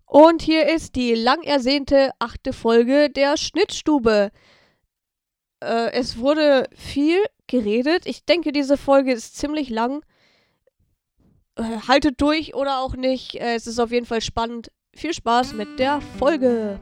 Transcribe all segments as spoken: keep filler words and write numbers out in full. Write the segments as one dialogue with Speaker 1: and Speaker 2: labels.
Speaker 1: Und hier ist die lang ersehnte achte Folge der Schnittstube. Äh, es wurde viel geredet. Ich denke, diese Folge ist ziemlich lang. Äh, haltet durch oder auch nicht. Äh, es ist auf jeden Fall spannend. Viel Spaß mit der Folge.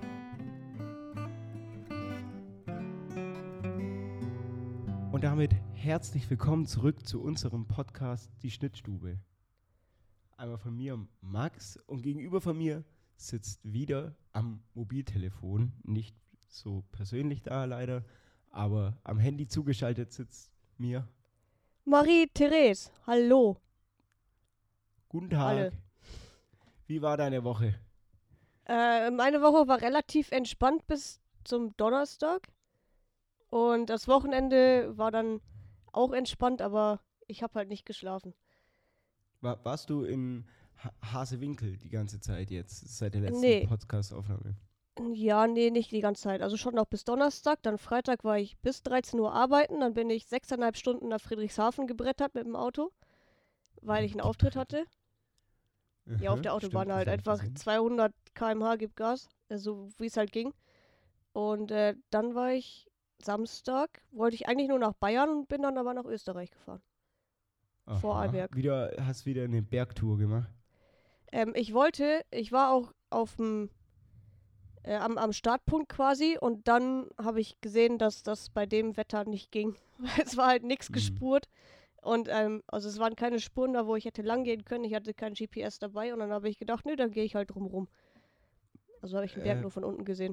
Speaker 2: Und damit herzlich willkommen zurück zu unserem Podcast Die Schnittstube. Einmal von mir Max und gegenüber von mir sitzt wieder am Mobiltelefon, nicht so persönlich da leider, aber am Handy zugeschaltet sitzt mir.
Speaker 1: Marie-Therese, hallo.
Speaker 2: Guten Tag.
Speaker 1: Alle.
Speaker 2: Wie war deine Woche?
Speaker 1: Äh, meine Woche war relativ entspannt bis zum Donnerstag. Und das Wochenende war dann auch entspannt, aber ich habe halt nicht geschlafen.
Speaker 2: War, warst du in ha- Hasewinkel die ganze Zeit jetzt, seit der letzten
Speaker 1: Nee.
Speaker 2: Podcast-Aufnahme?
Speaker 1: Ja, nee, nicht die ganze Zeit. Also schon noch bis Donnerstag. Dann Freitag war ich bis dreizehn Uhr arbeiten. Dann bin ich sechseinhalb Stunden nach Friedrichshafen gebrettert mit dem Auto, weil ich einen Auftritt hatte. Ja, auf
Speaker 2: Aha,
Speaker 1: der Autobahn
Speaker 2: stimmt,
Speaker 1: halt
Speaker 2: das hab ich
Speaker 1: einfach
Speaker 2: gesehen.
Speaker 1: zweihundert Kilometer pro Stunde gibt Gas, also wie es halt ging. Und äh, dann war ich Samstag, wollte ich eigentlich nur nach Bayern und bin dann aber nach Österreich gefahren.
Speaker 2: Aha.
Speaker 1: Vorarlberg.
Speaker 2: Wieder, hast wieder eine Bergtour gemacht?
Speaker 1: Ähm, ich wollte, ich war auch auf dem, äh, am, am Startpunkt quasi und dann habe ich gesehen, dass das bei dem Wetter nicht ging. Es war halt nichts
Speaker 2: Mhm.
Speaker 1: gespurt. Und ähm, also es waren keine Spuren da, wo ich hätte lang gehen können. Ich hatte kein G P S dabei und dann habe ich gedacht, nö, dann gehe ich halt drumrum. Also habe ich den Berg
Speaker 2: Äh,
Speaker 1: nur von unten gesehen.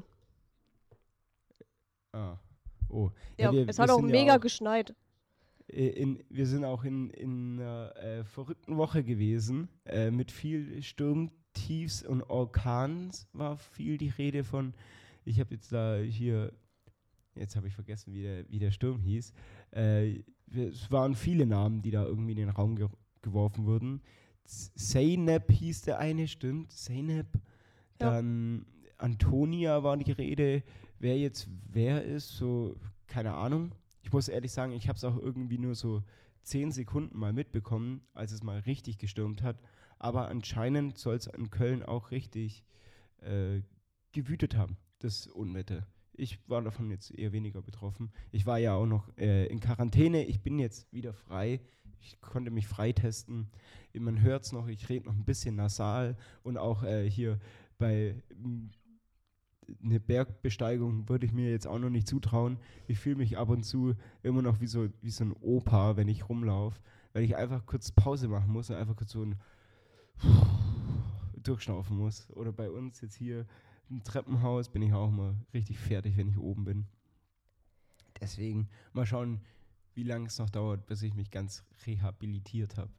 Speaker 2: Ah. Oh.
Speaker 1: Ja,
Speaker 2: wir,
Speaker 1: es
Speaker 2: wir
Speaker 1: hat auch
Speaker 2: sind
Speaker 1: mega
Speaker 2: ja auch
Speaker 1: geschneit.
Speaker 2: äh, in, wir sind auch in, in einer äh, verrückten Woche gewesen. Äh, mit viel Sturmtiefs und Orkans war viel die Rede von. Ich habe jetzt da hier, jetzt habe ich vergessen, wie der, wie der Sturm hieß. Äh, wir, es waren viele Namen, die da irgendwie in den Raum ge geworfen wurden. Z- Zeynep hieß der eine, stimmt. Zeynep.
Speaker 1: Ja.
Speaker 2: Dann Antonia war die Rede. Wer jetzt wer ist, so, keine Ahnung. Ich muss ehrlich sagen, ich habe es auch irgendwie nur so zehn Sekunden mal mitbekommen, als es mal richtig gestürmt hat. Aber anscheinend soll es in Köln auch richtig äh, gewütet haben, das Unwetter. Ich war davon jetzt eher weniger betroffen. Ich war ja auch noch äh, in Quarantäne. Ich bin jetzt wieder frei. Ich konnte mich freitesten. Man hört es noch, ich rede noch ein bisschen nasal. Und auch äh, hier bei m, eine Bergbesteigung würde ich mir jetzt auch noch nicht zutrauen. Ich fühle mich ab und zu immer noch wie so, wie so ein Opa, wenn ich rumlaufe, weil ich einfach kurz Pause machen muss und einfach kurz so ein durchschnaufen muss. Oder bei uns jetzt hier im Treppenhaus bin ich auch mal richtig fertig, wenn ich oben bin. Deswegen mal schauen, wie lange es noch dauert, bis ich mich ganz rehabilitiert habe.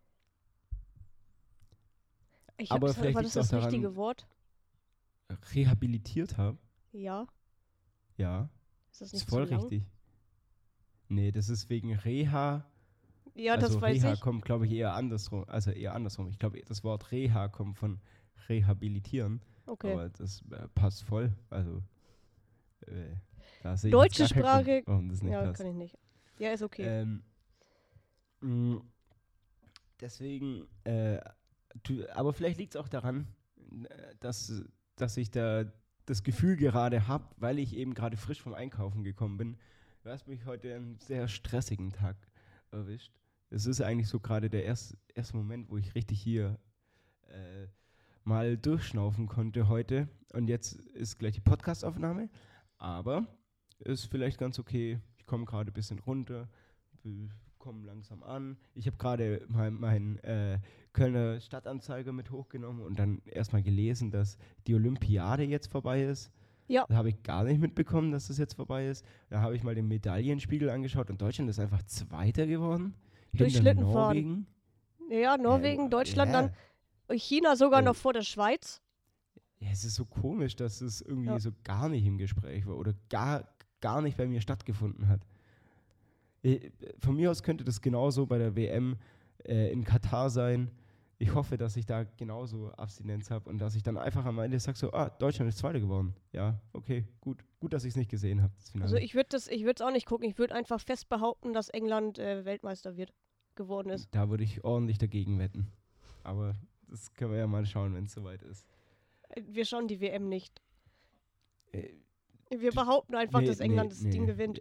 Speaker 1: Ich
Speaker 2: Aber
Speaker 1: hab,
Speaker 2: vielleicht
Speaker 1: war
Speaker 2: liegt's
Speaker 1: das das
Speaker 2: auch daran-
Speaker 1: richtige Wort?
Speaker 2: Rehabilitiert habe?
Speaker 1: Ja.
Speaker 2: Ja,
Speaker 1: Ist das
Speaker 2: ist
Speaker 1: nicht
Speaker 2: voll
Speaker 1: zu lang?
Speaker 2: richtig. Nee, das ist wegen Reha.
Speaker 1: Ja,
Speaker 2: also
Speaker 1: das weiß
Speaker 2: Reha
Speaker 1: ich.
Speaker 2: kommt, glaube ich, eher andersrum. Also eher andersrum. Ich glaube, das Wort Reha kommt von rehabilitieren.
Speaker 1: Okay.
Speaker 2: Aber das äh, passt voll. Also äh, da sehe ich jetzt
Speaker 1: Deutsche
Speaker 2: gar keinen Grund,
Speaker 1: Sprache.
Speaker 2: warum das nicht
Speaker 1: Ja,
Speaker 2: passt.
Speaker 1: kann ich nicht. Ja, ist okay.
Speaker 2: Ähm, mh, deswegen, äh, du, aber vielleicht liegt es auch daran, äh, dass, dass ich da das Gefühl gerade habe, weil ich eben gerade frisch vom Einkaufen gekommen bin. Du hast mich heute einen sehr stressigen Tag erwischt. Es ist eigentlich so gerade der erste, erste Moment, wo ich richtig hier äh, mal durchschnaufen konnte heute. Und jetzt ist gleich die Podcastaufnahme. Aber ist vielleicht ganz okay. Ich komme gerade ein bisschen runter, wir kommen langsam an. Ich habe gerade meinen mein, äh, Kölner Stadtanzeiger mit hochgenommen und dann erstmal gelesen, dass die Olympiade jetzt vorbei ist.
Speaker 1: Ja.
Speaker 2: Da habe ich gar nicht mitbekommen, dass das jetzt vorbei ist. Da habe ich mal den Medaillenspiegel angeschaut und Deutschland ist einfach Zweiter geworden.
Speaker 1: Durch
Speaker 2: hinter
Speaker 1: Schlittenfahren.
Speaker 2: Norwegen.
Speaker 1: Ja, Norwegen,
Speaker 2: Ja,
Speaker 1: Deutschland,
Speaker 2: ja.
Speaker 1: dann China sogar
Speaker 2: Also-
Speaker 1: noch vor der Schweiz.
Speaker 2: Ja, es ist so komisch, dass es irgendwie
Speaker 1: Ja.
Speaker 2: so gar nicht im Gespräch war oder gar, gar nicht bei mir stattgefunden hat. Äh, Von mir aus könnte das genauso bei der W M äh, in Katar sein. Ich hoffe, dass ich da genauso Abstinenz habe und dass ich dann einfach am Ende sage so, ah, Deutschland ist Zweiter geworden. Ja, okay, gut. Gut, dass ich es nicht gesehen habe, das Finale.
Speaker 1: Also ich würde das, ich würde es auch nicht gucken. Ich würde einfach fest behaupten, dass England äh, Weltmeister wird, geworden ist.
Speaker 2: Da würde ich ordentlich dagegen wetten. Aber das können wir ja mal schauen, wenn es soweit ist.
Speaker 1: Wir schauen die W M nicht.
Speaker 2: Äh,
Speaker 1: Wir behaupten einfach,
Speaker 2: nee,
Speaker 1: dass England
Speaker 2: nee,
Speaker 1: das
Speaker 2: nee.
Speaker 1: Ding gewinnt.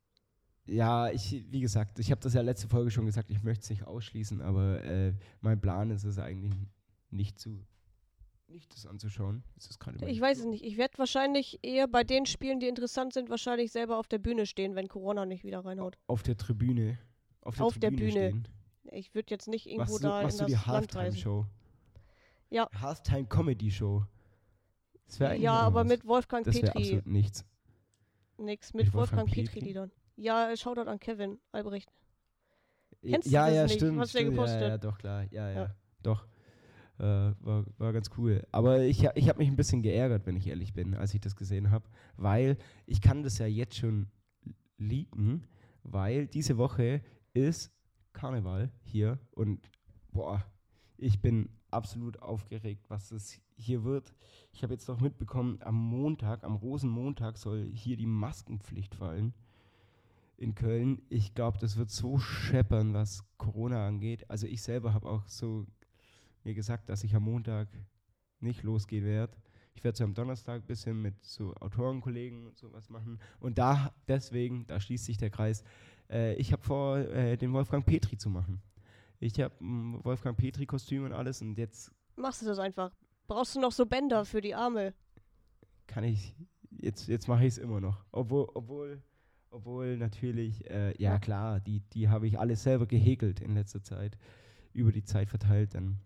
Speaker 2: Ja, ich, wie gesagt, ich habe das ja letzte Folge schon gesagt, ich möchte es nicht ausschließen, aber äh, mein Plan ist es eigentlich nicht zu, nicht das anzuschauen. Ist das gerade
Speaker 1: Ich weiß es nicht. Ich werde wahrscheinlich eher bei den Spielen, die interessant sind, wahrscheinlich selber auf der Bühne stehen, wenn Corona nicht wieder reinhaut.
Speaker 2: Auf der Tribüne. Auf der
Speaker 1: Auf der
Speaker 2: Tribüne
Speaker 1: Bühne.
Speaker 2: stehen.
Speaker 1: Ich würde jetzt nicht irgendwo
Speaker 2: Machst du,
Speaker 1: da
Speaker 2: machst
Speaker 1: in
Speaker 2: du
Speaker 1: das
Speaker 2: die
Speaker 1: Land reisen.
Speaker 2: Halftime-Show?
Speaker 1: Ja.
Speaker 2: Halftime-Comedy-Show. Das wäre eigentlich
Speaker 1: Ja,
Speaker 2: auch
Speaker 1: aber
Speaker 2: was.
Speaker 1: mit Wolfgang
Speaker 2: Das wäre
Speaker 1: Petri.
Speaker 2: absolut nichts.
Speaker 1: Nix mit,
Speaker 2: Mit Wolfgang
Speaker 1: Wolfgang
Speaker 2: Petri?
Speaker 1: Petri-Liedern. Ja, Shoutout an Kevin Albrecht.
Speaker 2: Ja,
Speaker 1: Kennst du
Speaker 2: ja,
Speaker 1: das
Speaker 2: ja,
Speaker 1: nicht?
Speaker 2: stimmt.
Speaker 1: Hast du ja
Speaker 2: stimmt.
Speaker 1: gepostet.
Speaker 2: Ja, ja, doch, klar. Ja, ja,
Speaker 1: Ja.
Speaker 2: doch. Äh, war, war ganz cool. Aber ich, ha- ich habe mich ein bisschen geärgert, wenn ich ehrlich bin, als ich das gesehen habe, weil ich kann das ja jetzt schon leaken, weil diese Woche ist Karneval hier und boah, ich bin absolut aufgeregt, was das hier wird. Ich habe jetzt noch mitbekommen, am Montag, am Rosenmontag soll hier die Maskenpflicht fallen in Köln. Ich glaube, das wird so scheppern, was Corona angeht. Also ich selber habe auch so mir gesagt, dass ich am Montag nicht losgehen werde. Ich werde so am Donnerstag ein bisschen mit so Autorenkollegen und sowas machen. Und da deswegen, da schließt sich der Kreis, äh, ich habe vor, äh, den Wolfgang Petri zu machen. Ich habe ein Wolfgang Petri-Kostüm und alles und jetzt
Speaker 1: Machst du das einfach. Brauchst du noch so Bänder für die Arme?
Speaker 2: kann ich, jetzt, jetzt mache ich es immer noch. Obwohl, obwohl, obwohl natürlich, äh, ja klar, die, die habe ich alles selber gehäkelt in letzter Zeit, über die Zeit verteilt dann.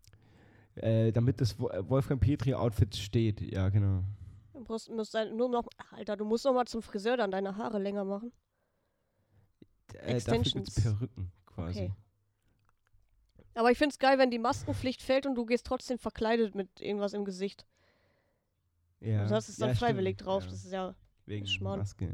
Speaker 2: Äh, damit das Wo- Wolfgang Petri-Outfit steht, ja genau.
Speaker 1: Du brauchst, musst ein, nur noch, Alter, du musst noch mal zum Friseur dann deine Haare länger machen.
Speaker 2: Äh, dafür gibt es
Speaker 1: Extensions.
Speaker 2: Perücken quasi.
Speaker 1: Okay. Aber ich find's geil, wenn die Maskenpflicht fällt und du gehst trotzdem verkleidet mit irgendwas im Gesicht.
Speaker 2: Ja.
Speaker 1: Also das ist dann
Speaker 2: ja,
Speaker 1: freiwillig
Speaker 2: stimmt,
Speaker 1: drauf.
Speaker 2: ja.
Speaker 1: Das ist ja
Speaker 2: Wegen
Speaker 1: Schmarrn.
Speaker 2: Maske.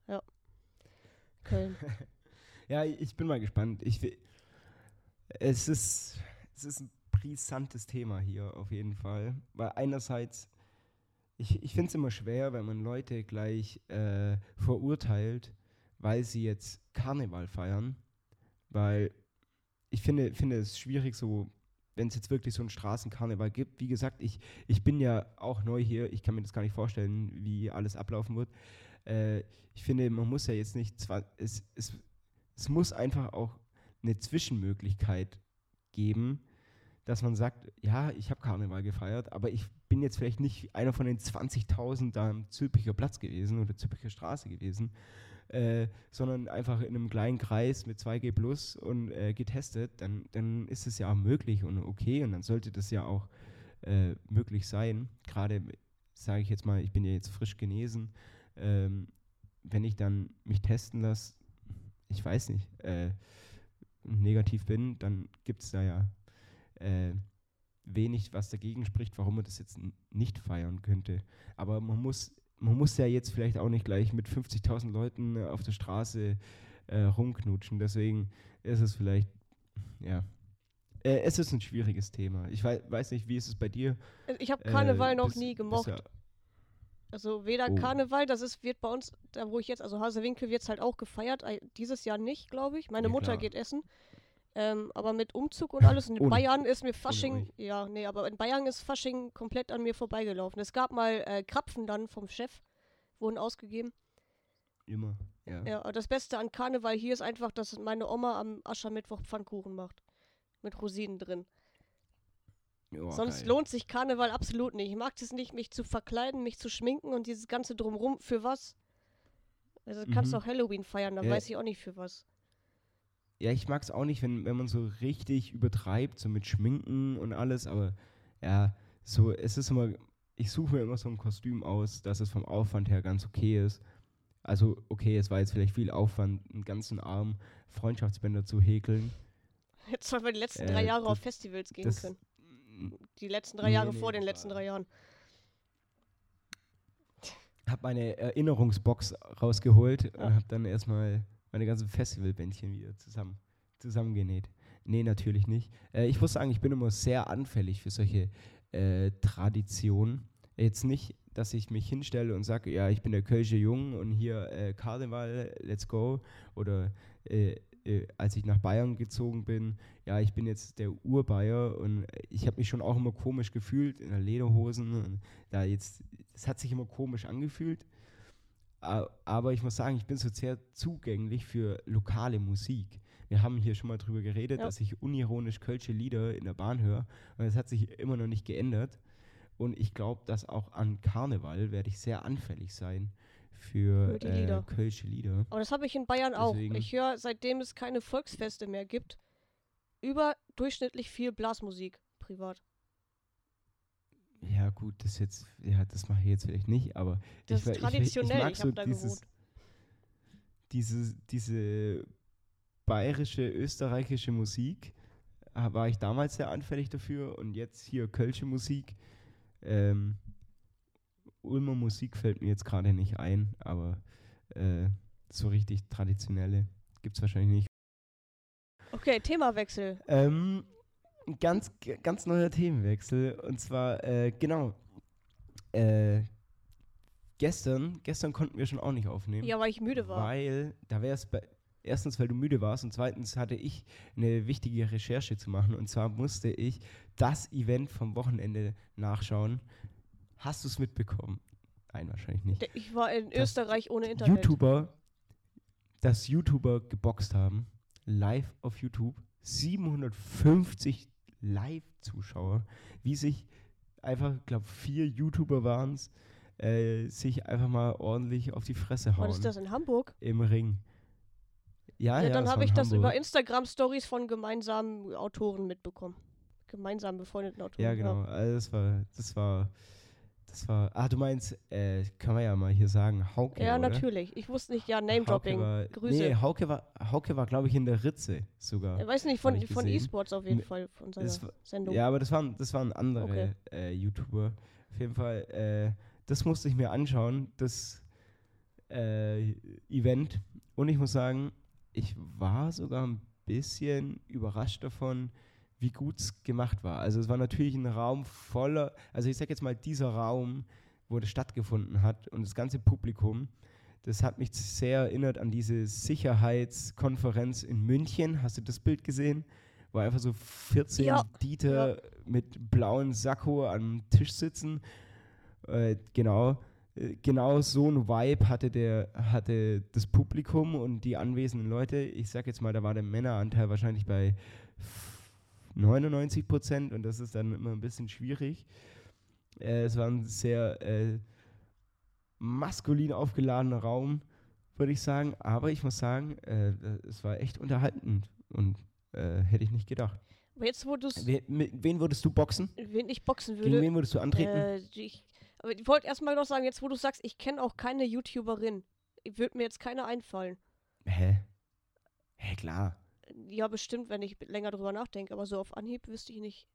Speaker 1: Köln.
Speaker 2: Ja, ich bin mal gespannt. Ich, will- es, ist, es ist ein brisantes Thema hier auf jeden Fall. Weil einerseits, ich, ich finde es immer schwer, wenn man Leute gleich äh, verurteilt, weil sie jetzt Karneval feiern. Weil ich finde, finde es schwierig, so, wenn es jetzt wirklich so einen Straßenkarneval gibt. Wie gesagt, ich, ich bin ja auch neu hier. Ich kann mir das gar nicht vorstellen, wie alles ablaufen wird. Äh, ich finde, man muss ja jetzt nicht, zwar, es, es, es muss einfach auch eine Zwischenmöglichkeit geben, dass man sagt, ja, ich habe Karneval gefeiert, aber ich bin jetzt vielleicht nicht einer von den zwanzigtausend da am Zülpicher Platz gewesen oder Zülpicher Straße gewesen, äh, sondern einfach in einem kleinen Kreis mit zwei G plus und äh, getestet, dann, dann ist es ja auch möglich und okay und dann sollte das ja auch äh, möglich sein. Gerade, sage ich jetzt mal, ich bin ja jetzt frisch genesen, ähm, wenn ich dann mich testen lasse, ich weiß nicht, äh, negativ bin, dann gibt es da ja äh, wenig, was dagegen spricht, warum man das jetzt n- nicht feiern könnte. Aber man muss, man muss ja jetzt vielleicht auch nicht gleich mit fünfzigtausend Leuten äh, auf der Straße äh, rumknutschen. Deswegen ist es vielleicht, ja, äh, es ist ein schwieriges Thema. Ich wei- weiß nicht, wie ist es bei dir?
Speaker 1: Ich habe Karneval
Speaker 2: Äh,
Speaker 1: noch
Speaker 2: bist-
Speaker 1: nie
Speaker 2: bist
Speaker 1: gemocht.
Speaker 2: ja-
Speaker 1: Also weder
Speaker 2: Oh.
Speaker 1: Karneval, das ist, wird bei uns, da wo ich jetzt, also Hasewinkel wird es halt auch gefeiert. Ei- Dieses Jahr nicht, glaube ich. Meine
Speaker 2: Ja,
Speaker 1: Mutter
Speaker 2: klar.
Speaker 1: geht essen. Ähm, aber mit Umzug und alles. Und in
Speaker 2: Ohne-
Speaker 1: Bayern ist mir Fasching,
Speaker 2: euch.
Speaker 1: ja, nee, aber in Bayern ist Fasching komplett an mir vorbeigelaufen. Es gab mal äh, Krapfen dann vom Chef, wurden ausgegeben.
Speaker 2: Immer, ja.
Speaker 1: Ja, aber das Beste an Karneval hier ist einfach, dass meine Oma am Aschermittwoch Pfannkuchen macht. Mit Rosinen drin.
Speaker 2: Ja,
Speaker 1: Sonst
Speaker 2: geil.
Speaker 1: lohnt sich Karneval absolut nicht. Ich mag es nicht, mich zu verkleiden, mich zu schminken und dieses ganze Drumrum. Für was? Also du kannst
Speaker 2: Mhm.
Speaker 1: auch Halloween feiern, dann
Speaker 2: Ja.
Speaker 1: weiß ich auch nicht für was.
Speaker 2: Ja, ich mag es auch nicht, wenn, wenn man so richtig übertreibt, so mit Schminken und alles, aber ja, so, es ist immer, ich suche mir immer so ein Kostüm aus, dass es vom Aufwand her ganz okay ist. Also, okay, es war jetzt vielleicht viel Aufwand, einen ganzen Arm Freundschaftsbänder zu häkeln.
Speaker 1: Jetzt sollen wir die letzten
Speaker 2: Äh,
Speaker 1: drei Jahre
Speaker 2: das-
Speaker 1: auf Festivals gehen
Speaker 2: Das,
Speaker 1: können. Die letzten drei
Speaker 2: Nee,
Speaker 1: Jahre
Speaker 2: nee,
Speaker 1: vor den
Speaker 2: das
Speaker 1: letzten
Speaker 2: war-
Speaker 1: drei Jahren.
Speaker 2: habe meine Erinnerungsbox rausgeholt
Speaker 1: Ja.
Speaker 2: und habe dann erstmal meine ganzen Festivalbändchen wieder zusammen, zusammengenäht. Nee, natürlich nicht. Äh, ich muss sagen, ich bin immer sehr anfällig für solche äh, Traditionen. Jetzt nicht, dass ich mich hinstelle und sage, ja, ich bin der Kölsche Jung und hier äh, Karneval, let's go. Oder äh, äh, als ich nach Bayern gezogen bin, ja, ich bin jetzt der Urbayer und ich habe mich schon auch immer komisch gefühlt in der Lederhosen. Und da jetzt, das hat sich immer komisch angefühlt. A- Aber ich muss sagen, ich bin so sehr zugänglich für lokale Musik. Wir haben hier schon mal drüber geredet,
Speaker 1: Ja.
Speaker 2: dass ich unironisch kölsche Lieder in der Bahn höre. Und das hat sich immer noch nicht geändert. Und ich glaube, dass auch an Karneval werde ich sehr anfällig sein für,
Speaker 1: Für die
Speaker 2: äh,
Speaker 1: Lieder.
Speaker 2: kölsche Lieder.
Speaker 1: Aber das habe ich in Bayern auch.
Speaker 2: Deswegen-
Speaker 1: Ich höre, seitdem es keine Volksfeste mehr gibt, überdurchschnittlich viel Blasmusik privat.
Speaker 2: Ja, gut, das jetzt, ja, das mache ich jetzt vielleicht nicht, aber
Speaker 1: Das
Speaker 2: ich, wa-
Speaker 1: ist
Speaker 2: ich, ich,
Speaker 1: traditionell,
Speaker 2: ich mag
Speaker 1: ich
Speaker 2: so
Speaker 1: hab da
Speaker 2: dieses,
Speaker 1: gewohnt.
Speaker 2: diese, diese bayerische, österreichische Musik, äh, war ich damals sehr anfällig dafür und jetzt hier kölsche Musik. Ähm, Ulmer Musik fällt mir jetzt gerade nicht ein, aber äh, so richtig traditionelle gibt es wahrscheinlich nicht.
Speaker 1: Okay, Themawechsel.
Speaker 2: Ähm, ein ganz, g- ganz neuer Themenwechsel. Und zwar, äh, genau, äh, gestern, gestern konnten wir schon auch nicht aufnehmen.
Speaker 1: Ja, weil ich müde war.
Speaker 2: Weil, da wäre es bei, erstens, weil du müde warst und zweitens hatte ich eine wichtige Recherche zu machen. Und zwar musste ich das Event vom Wochenende nachschauen. Hast du es mitbekommen? Nein, wahrscheinlich nicht.
Speaker 1: Der- Ich war in
Speaker 2: Das
Speaker 1: Österreich ohne Internet.
Speaker 2: YouTuber, dass YouTuber geboxt haben, live auf YouTube, siebenhundertfünfzig Live-Zuschauer, wie sich einfach, ich glaube, vier YouTuber waren es, äh, sich einfach mal ordentlich auf die Fresse hauen
Speaker 1: Was ist das in Hamburg?
Speaker 2: im Ring. Ja,
Speaker 1: Ja,
Speaker 2: ja,
Speaker 1: dann
Speaker 2: das
Speaker 1: habe
Speaker 2: war
Speaker 1: ich
Speaker 2: in
Speaker 1: das über
Speaker 2: Hamburg.
Speaker 1: Instagram-Stories von gemeinsamen Autoren mitbekommen. Gemeinsam befreundeten Autoren.
Speaker 2: Ja, genau. Also das war, das war, das war. Ah, du meinst, äh, kann man ja mal hier sagen, Hauke,
Speaker 1: Ja,
Speaker 2: oder?
Speaker 1: natürlich. Ich wusste nicht, ja,
Speaker 2: Hauke
Speaker 1: Name-Dropping.
Speaker 2: war,
Speaker 1: Grüße.
Speaker 2: Nee, Hauke war, Hauke war, glaube ich, in der Ritze sogar.
Speaker 1: Ich weiß nicht,
Speaker 2: hab
Speaker 1: von,
Speaker 2: ich
Speaker 1: von
Speaker 2: gesehen.
Speaker 1: E-Sports auf jeden
Speaker 2: Ne,
Speaker 1: Fall, von seiner
Speaker 2: das war-
Speaker 1: Sendung.
Speaker 2: Ja, aber das waren, das waren andere
Speaker 1: Okay.
Speaker 2: äh, YouTuber. Auf jeden Fall, äh, das musste ich mir anschauen, das äh, Event. Und ich muss sagen, ich war sogar ein bisschen überrascht davon, wie gut es gemacht war. Also es war natürlich ein Raum voller, also ich sag jetzt mal, dieser Raum, wo das stattgefunden hat und das ganze Publikum, das hat mich sehr erinnert an diese Sicherheitskonferenz in München. Hast du das Bild gesehen? Wo einfach so vierzehn
Speaker 1: Ja,
Speaker 2: Dieter mit blauen Sakko am Tisch sitzen. Äh, genau, äh, genau so ein Vibe hatte, der, hatte das Publikum und die anwesenden Leute. Ich sag jetzt mal, da war der Männeranteil wahrscheinlich bei neunundneunzig Prozent und das ist dann immer ein bisschen schwierig. Äh, es war ein sehr äh, maskulin aufgeladener Raum, würde ich sagen. Aber ich muss sagen, äh, es war echt unterhaltend und äh, hätte ich nicht gedacht.
Speaker 1: Aber jetzt, wo du es,
Speaker 2: We mit wen würdest du boxen?
Speaker 1: wen ich boxen
Speaker 2: Gegen
Speaker 1: würde,
Speaker 2: wen würdest du antreten?
Speaker 1: äh, ich, aber ich wollte erstmal noch sagen, jetzt wo du sagst, ich kenne auch keine YouTuberin. Würde mir jetzt keine einfallen.
Speaker 2: Hä? Hä, klar.
Speaker 1: Ja, bestimmt, wenn ich länger drüber nachdenke, aber so auf Anhieb wüsste ich nicht.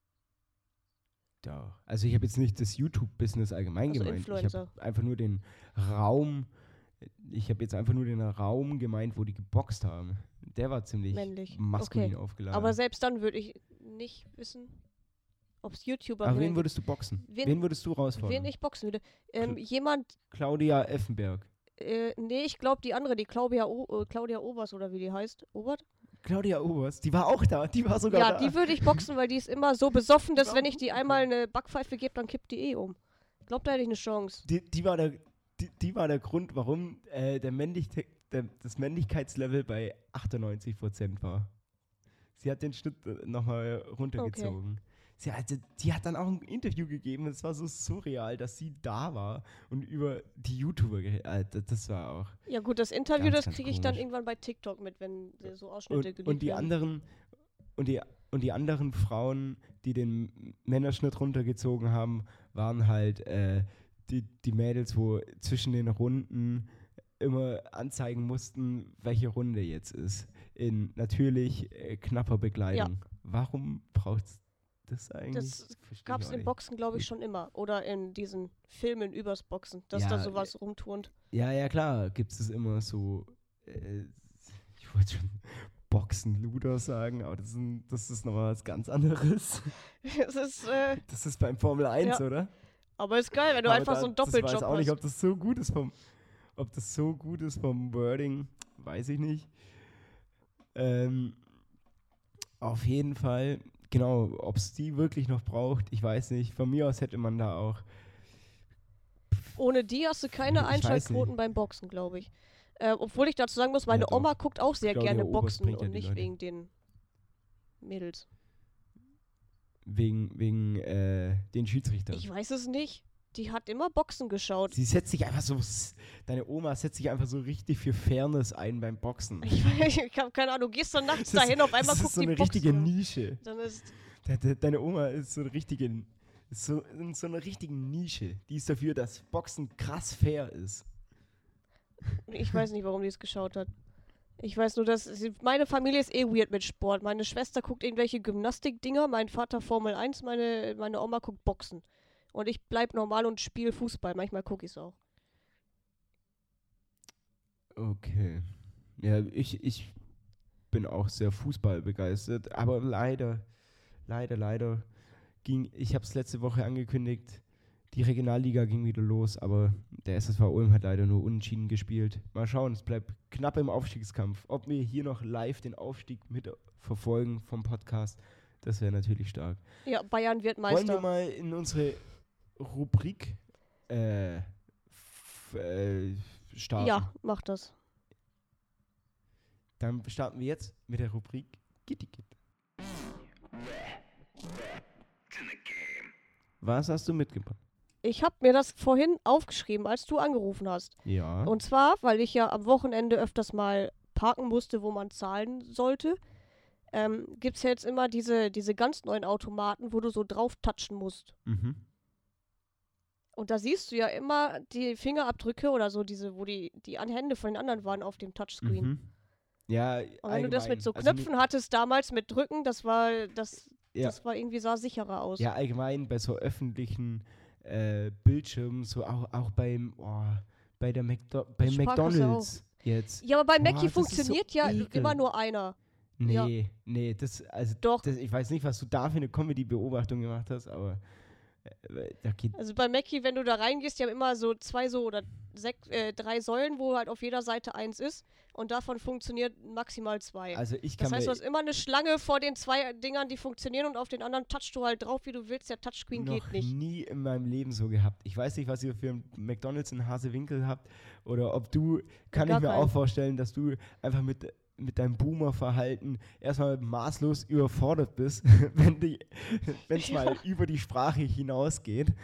Speaker 2: Doch. Also ich habe jetzt nicht das YouTube-Business allgemein
Speaker 1: Also
Speaker 2: gemeint. Ich
Speaker 1: Influencer.
Speaker 2: habe einfach nur den Raum, ich habe jetzt einfach nur den Raum gemeint, wo die geboxt haben. Der war ziemlich
Speaker 1: Männlich.
Speaker 2: maskulin
Speaker 1: Okay.
Speaker 2: aufgeladen.
Speaker 1: Aber selbst dann würde ich nicht wissen, ob es YouTuber
Speaker 2: Aber wen
Speaker 1: gibt.
Speaker 2: würdest du boxen?
Speaker 1: Wen-
Speaker 2: Wen, würdest du rausfordern?
Speaker 1: Wen ich boxen würde. Ähm,
Speaker 2: Kl-
Speaker 1: jemand,
Speaker 2: Claudia Effenberg.
Speaker 1: äh, nee, ich glaube die andere, die Claudia, o äh, Claudia Obers oder wie die heißt. Obert?
Speaker 2: Claudia Oberst, die war auch da. Die war sogar
Speaker 1: Ja,
Speaker 2: da.
Speaker 1: die würde ich boxen, weil die ist immer so besoffen, dass
Speaker 2: war
Speaker 1: wenn
Speaker 2: auch
Speaker 1: ich die
Speaker 2: gut.
Speaker 1: einmal eine Backpfeife gebe, dann kippt die eh um. Ich glaube, da hätte ich eine Chance.
Speaker 2: Die, die, war der, die, die war der Grund, warum äh, der Männlich der, das Männlichkeitslevel bei achtundneunzig Prozent war. Sie hat den Schnitt äh, nochmal runtergezogen. Sie, also, die hat dann auch ein Interview gegeben. Es war so surreal, dass sie da war und über die YouTuber geredet hat. Das, das war auch.
Speaker 1: Ja gut, das Interview,
Speaker 2: Ganz,
Speaker 1: das
Speaker 2: ganz
Speaker 1: kriege ich dann
Speaker 2: komisch.
Speaker 1: irgendwann bei TikTok mit, wenn äh, so Ausschnitte
Speaker 2: Und,
Speaker 1: gelegt
Speaker 2: und die
Speaker 1: werden.
Speaker 2: anderen und die, und die anderen Frauen, die den Männerschnitt runtergezogen haben, waren halt äh, die, die Mädels, wo zwischen den Runden immer anzeigen mussten, welche Runde jetzt ist. In natürlich äh, knapper Bekleidung. Warum braucht es das eigentlich?
Speaker 1: Das
Speaker 2: Versteh
Speaker 1: Gab
Speaker 2: ich
Speaker 1: es
Speaker 2: auch
Speaker 1: im
Speaker 2: nicht.
Speaker 1: Boxen, glaube ich, schon immer. Oder in diesen Filmen übers Boxen, dass
Speaker 2: Ja,
Speaker 1: da sowas rumturnt.
Speaker 2: Ja, ja, klar, gibt es immer so, äh, ich wollte schon Boxen, Luder sagen, aber das ist, ein, das ist nochmal was ganz anderes.
Speaker 1: Es ist, äh,
Speaker 2: Das ist beim Formel eins,
Speaker 1: Ja.
Speaker 2: oder?
Speaker 1: aber ist geil, wenn du
Speaker 2: Aber
Speaker 1: einfach
Speaker 2: da-
Speaker 1: so einen
Speaker 2: das
Speaker 1: Doppeljob
Speaker 2: weiß auch nicht,
Speaker 1: hast.
Speaker 2: ob das so gut ist vom, ob das so gut ist vom Wording, weiß ich nicht. Ähm, auf jeden Fall, genau, ob es die wirklich noch braucht, ich weiß nicht. Von mir aus hätte man da auch.
Speaker 1: Ohne die hast du keine
Speaker 2: Ich weiß
Speaker 1: Einschaltquoten
Speaker 2: nicht.
Speaker 1: beim Boxen, glaube ich. Äh, obwohl ich dazu sagen muss, meine
Speaker 2: Ja, doch.
Speaker 1: Oma guckt auch sehr
Speaker 2: Claudia
Speaker 1: gerne
Speaker 2: Oberst
Speaker 1: Boxen
Speaker 2: bringt ja
Speaker 1: und
Speaker 2: die
Speaker 1: nicht
Speaker 2: Leute.
Speaker 1: wegen den Mädels.
Speaker 2: Wegen, wegen äh, den Schiedsrichtern.
Speaker 1: Ich weiß es nicht. Die hat immer Boxen geschaut.
Speaker 2: Sie setzt sich einfach so, deine Oma setzt sich einfach so richtig für Fairness ein beim Boxen.
Speaker 1: Ich, weiß- ich habe keine Ahnung, du gehst dann nachts
Speaker 2: Das ist-
Speaker 1: dahin, auf einmal
Speaker 2: das ist
Speaker 1: guckt
Speaker 2: so
Speaker 1: die
Speaker 2: eine
Speaker 1: Boxen.
Speaker 2: richtige Nische.
Speaker 1: Dann ist,
Speaker 2: De, de, deine Oma ist so eine richtige, ist so, in so einer richtigen Nische. Die ist dafür, dass Boxen krass fair ist.
Speaker 1: ich weiß nicht, warum die es geschaut hat. Ich weiß nur, dass sie, meine Familie ist eh weird mit Sport. Meine Schwester guckt irgendwelche Gymnastikdinger, mein Vater Formel eins, meine, meine Oma guckt Boxen. Und ich bleib normal und spiele Fußball. Manchmal gucke ich es auch.
Speaker 2: Okay. Ja, ich, ich bin auch sehr Fußball begeistert, aber leider, leider, leider ging, ich habe es letzte Woche angekündigt, die Regionalliga ging wieder los, aber der S S V Ulm hat leider nur unentschieden gespielt. Mal schauen, es bleibt knapp im Aufstiegskampf. Ob wir hier noch live den Aufstieg mitverfolgen vom Podcast, das wäre natürlich stark.
Speaker 1: Ja, Bayern wird
Speaker 2: Wollen
Speaker 1: Meister.
Speaker 2: wir mal in unsere Rubrik äh, f- äh, starten?
Speaker 1: Ja, mach das.
Speaker 2: Dann starten wir jetzt mit der Rubrik Gitti Git. Was hast du mitgebracht?
Speaker 1: Ich habe mir das vorhin aufgeschrieben, als du angerufen hast.
Speaker 2: Ja.
Speaker 1: Und zwar, weil ich ja am Wochenende öfters mal parken musste, wo man zahlen sollte, ähm, gibt es ja jetzt immer diese, diese ganz neuen Automaten, wo du so drauf touchen musst.
Speaker 2: Mhm.
Speaker 1: Und da siehst du ja immer die Fingerabdrücke oder so, diese, wo die, die an Hände von den anderen waren auf dem Touchscreen.
Speaker 2: Mhm. Ja,
Speaker 1: Und wenn du das mit so
Speaker 2: allgemein. Also
Speaker 1: Knöpfen hattest damals mit Drücken, das war, das,
Speaker 2: Ja.
Speaker 1: das war irgendwie sah sicherer aus.
Speaker 2: Ja, allgemein bei so öffentlichen äh, Bildschirmen, so auch, auch beim, oh, bei der McDo beim
Speaker 1: Sparkasse
Speaker 2: McDonalds jetzt.
Speaker 1: Ja, aber bei
Speaker 2: Boah,
Speaker 1: Mackie
Speaker 2: das ist so
Speaker 1: funktioniert ja
Speaker 2: ekel.
Speaker 1: immer nur einer. Ja.
Speaker 2: Nee, nee, das, also,
Speaker 1: Doch.
Speaker 2: das, ich weiß nicht, was du da für eine Comedy-Beobachtung gemacht hast, aber äh, da geht,
Speaker 1: Also bei Mackie, wenn du da reingehst, die haben immer so zwei so oder sechs, äh, drei Säulen, wo halt auf jeder Seite eins ist. Und davon funktioniert maximal zwei.
Speaker 2: also ich kann
Speaker 1: Das heißt, du
Speaker 2: mir
Speaker 1: hast immer eine Schlange vor den zwei Dingern, die funktionieren und auf den anderen touchst du halt drauf, wie du willst. Der Touchscreen
Speaker 2: noch
Speaker 1: geht nicht.
Speaker 2: nie in meinem Leben so gehabt. Ich weiß nicht, was ihr für ein McDonalds in Hasewinkel habt oder ob du, kann
Speaker 1: Gar
Speaker 2: ich mir
Speaker 1: keinen.
Speaker 2: auch vorstellen, dass du einfach mit, mit deinem Boomer-Verhalten erstmal maßlos überfordert bist, wenn die, wenn es
Speaker 1: Ja.
Speaker 2: mal über die Sprache hinausgeht.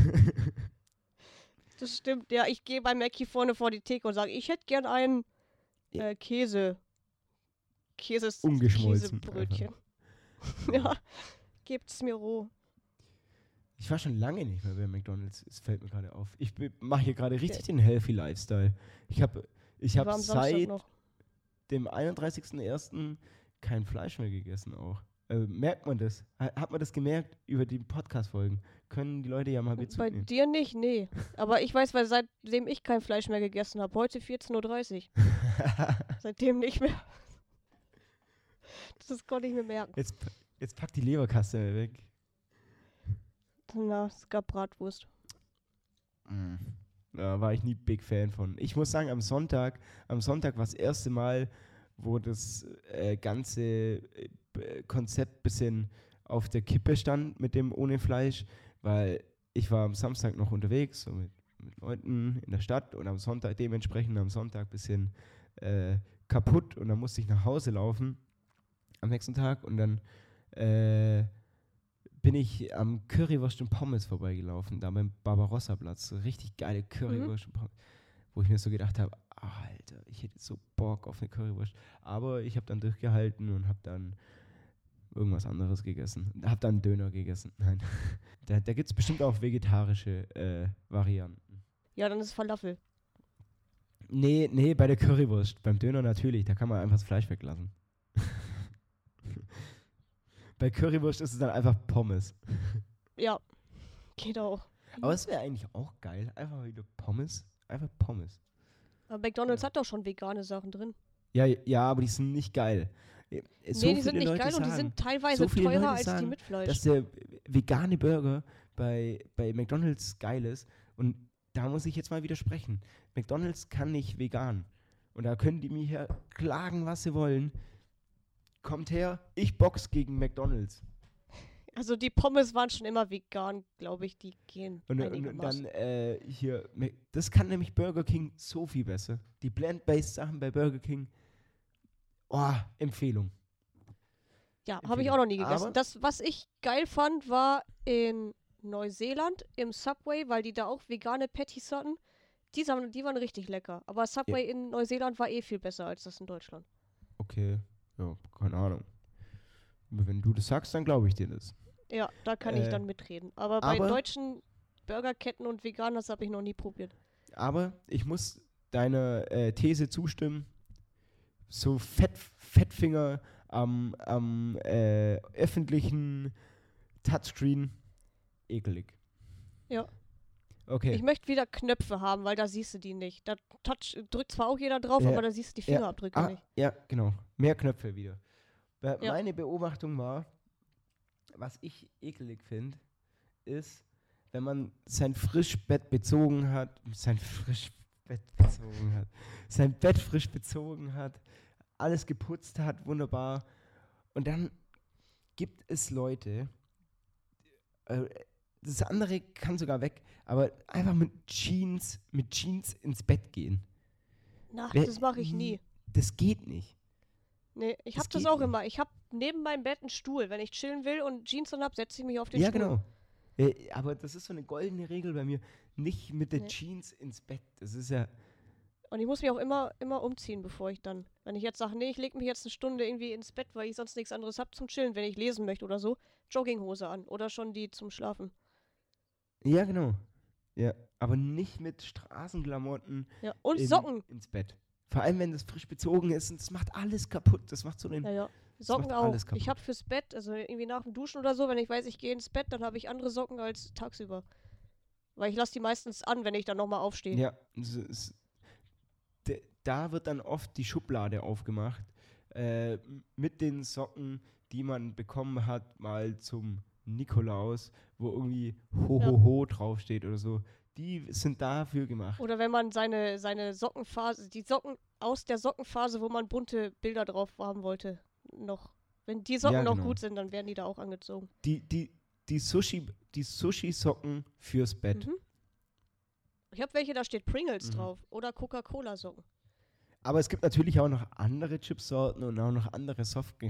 Speaker 1: Das stimmt. Ja, ich gehe bei Mackie vorne vor die Theke und sage, ich hätte gern einen
Speaker 2: Ja.
Speaker 1: äh, Käse. Käse
Speaker 2: Ungeschmolzen
Speaker 1: Käsebrötchen. Ja, gebt's mir roh.
Speaker 2: Ich war schon lange nicht mehr bei McDonalds. Es fällt mir gerade auf. Ich mache hier gerade richtig den Healthy Lifestyle. Ich habe ich
Speaker 1: Ich
Speaker 2: hab
Speaker 1: war am Samstag
Speaker 2: seit
Speaker 1: noch.
Speaker 2: dem einunddreißigsten ersten kein Fleisch mehr gegessen auch. Äh, merkt man das? Ha- Hat man das gemerkt über die Podcast-Folgen? Können die Leute ja mal Bezug
Speaker 1: Bei
Speaker 2: nehmen.
Speaker 1: dir nicht, nee. Aber ich weiß, weil seitdem ich kein Fleisch mehr gegessen habe, heute vierzehn Uhr dreißig. Seitdem nicht mehr. Das konnte ich mir merken.
Speaker 2: jetzt, jetzt pack die Leberkaste weg.
Speaker 1: Na, es gab Bratwurst.
Speaker 2: Da war ich nie Big Fan von. Ich muss sagen, am Sonntag, am Sonntag war das erste Mal, wo das äh, ganze äh, b- Konzept bisschen auf der Kippe stand mit dem ohne Fleisch, weil ich war am Samstag noch unterwegs, so mit, mit Leuten in der Stadt und am Sonntag, dementsprechend am Sonntag bisschen äh, kaputt und dann musste ich nach Hause laufen am nächsten Tag und dann äh, bin ich am Currywurst und Pommes vorbeigelaufen, da beim Barbarossa-Platz. So richtig geile Currywurst und Pommes, wo ich mir so gedacht habe, Alter, ich hätte so Bock auf eine Currywurst. Aber ich habe dann durchgehalten und habe dann irgendwas anderes gegessen. Habe dann Döner gegessen. Nein, da, da gibt es bestimmt auch vegetarische äh, Varianten.
Speaker 1: Ja, dann ist es Falafel.
Speaker 2: Nee, nee, bei der Currywurst. Beim Döner natürlich, da kann man einfach das Fleisch weglassen. Bei Currywurst ist es dann einfach Pommes.
Speaker 1: Ja, geht auch.
Speaker 2: Aber es wäre eigentlich auch geil. Einfach wieder Pommes. Einfach Pommes.
Speaker 1: Aber McDonalds hat doch schon vegane Sachen drin.
Speaker 2: Ja, ja, aber die sind nicht geil. Äh, So
Speaker 1: nee, die sind
Speaker 2: viele
Speaker 1: nicht
Speaker 2: Leute
Speaker 1: geil und die
Speaker 2: sagen,
Speaker 1: sind teilweise
Speaker 2: so viele
Speaker 1: teurer
Speaker 2: Leute
Speaker 1: als die
Speaker 2: sagen,
Speaker 1: mit Fleisch.
Speaker 2: dass der vegane Burger bei, bei McDonalds geil ist. Und da muss ich jetzt mal widersprechen. McDonalds kann nicht vegan. Und da können die mir hier klagen, was sie wollen. kommt her, ich box gegen McDonald's.
Speaker 1: Also die Pommes waren schon immer vegan, glaube ich, die gehen
Speaker 2: Und, und, und
Speaker 1: einigermaßen.
Speaker 2: dann äh, hier, Mac- das kann nämlich Burger King so viel besser. Die Plant-Based Sachen bei Burger King, oh, Empfehlung.
Speaker 1: Ja, habe ich auch noch nie gegessen.
Speaker 2: Aber-
Speaker 1: Das, was ich geil fand, war in Neuseeland im Subway, weil die da auch vegane Patties hatten. Die, sahen- die waren richtig lecker. Aber Subway in Neuseeland war eh viel besser als das in Deutschland.
Speaker 2: Okay, ja, keine Ahnung. Aber wenn du das sagst, dann glaube ich dir das.
Speaker 1: Ja, da kann ich
Speaker 2: Äh,
Speaker 1: dann mitreden. Aber bei
Speaker 2: aber-
Speaker 1: deutschen Burgerketten und Vegan, das habe ich noch nie probiert.
Speaker 2: Aber ich muss deiner äh, These zustimmen. So Fett, Fettfinger am, am äh, öffentlichen Touchscreen, ekelig.
Speaker 1: Ja.
Speaker 2: Okay.
Speaker 1: Ich möchte wieder Knöpfe haben, weil da siehst du die nicht. Da touch, drückt zwar auch jeder drauf,
Speaker 2: Ja.
Speaker 1: aber da siehst du die
Speaker 2: Ja.
Speaker 1: Fingerabdrücke
Speaker 2: ah,
Speaker 1: nicht.
Speaker 2: ja, genau. Mehr Knöpfe wieder. Be
Speaker 1: Ja.
Speaker 2: Meine Beobachtung war, was ich ekelig finde, ist, wenn man sein Frischbett bezogen hat, sein Frischbett bezogen hat, sein Bett frisch bezogen hat, alles geputzt hat, wunderbar. Und dann gibt es Leute, äh, das andere kann sogar weg, aber einfach mit Jeans, mit Jeans ins Bett gehen.
Speaker 1: Na,
Speaker 2: Wer-
Speaker 1: das mache ich nie.
Speaker 2: Das geht nicht.
Speaker 1: Nee, ich
Speaker 2: Das
Speaker 1: habe das
Speaker 2: geht
Speaker 1: auch
Speaker 2: nicht.
Speaker 1: immer. Ich habe neben meinem Bett einen Stuhl. Wenn ich chillen will und Jeans dann habe, setze ich mich auf den
Speaker 2: Ja,
Speaker 1: Stuhl.
Speaker 2: genau. Äh, aber das ist so eine goldene Regel bei mir. Nicht mit der
Speaker 1: Nee.
Speaker 2: Jeans ins Bett. Das ist ja.
Speaker 1: Und ich muss mich auch immer, immer umziehen, bevor ich dann, wenn ich jetzt sage, nee, ich lege mich jetzt eine Stunde irgendwie ins Bett, weil ich sonst nichts anderes habe zum Chillen, wenn ich lesen möchte oder so, Jogginghose an oder schon die zum Schlafen.
Speaker 2: Ja, genau. Ja. Aber nicht mit Straßenklamotten
Speaker 1: Ja, und
Speaker 2: in,
Speaker 1: Socken.
Speaker 2: ins Bett. Vor allem, wenn das frisch bezogen ist und das macht alles kaputt. Das macht so den.
Speaker 1: Ja, ja.
Speaker 2: Das
Speaker 1: Socken
Speaker 2: macht
Speaker 1: auch.
Speaker 2: alles kaputt.
Speaker 1: Ich habe fürs Bett, also irgendwie nach dem Duschen oder so, wenn ich weiß, ich gehe ins Bett, dann habe ich andere Socken als tagsüber. Weil ich lasse die meistens an, wenn ich dann nochmal aufstehe.
Speaker 2: Ja, es ist, d- da wird dann oft die Schublade aufgemacht äh, m- mit den Socken, die man bekommen hat, mal zum Nikolaus, wo irgendwie ho ho ho draufsteht oder so. Die sind dafür gemacht.
Speaker 1: Oder wenn man seine, seine Sockenphase, die Socken aus der Sockenphase, wo man bunte Bilder drauf haben wollte, noch. Wenn die Socken
Speaker 2: Ja,
Speaker 1: noch
Speaker 2: genau.
Speaker 1: gut sind, dann werden die da auch angezogen.
Speaker 2: Die, die, die Sushi, die Sushi-Socken fürs Bett.
Speaker 1: Mhm. Ich habe welche, da steht Pringles
Speaker 2: Mhm.
Speaker 1: drauf. Oder Coca-Cola-Socken.
Speaker 2: Aber es gibt natürlich auch noch andere Chipsorten und auch noch andere Softgel.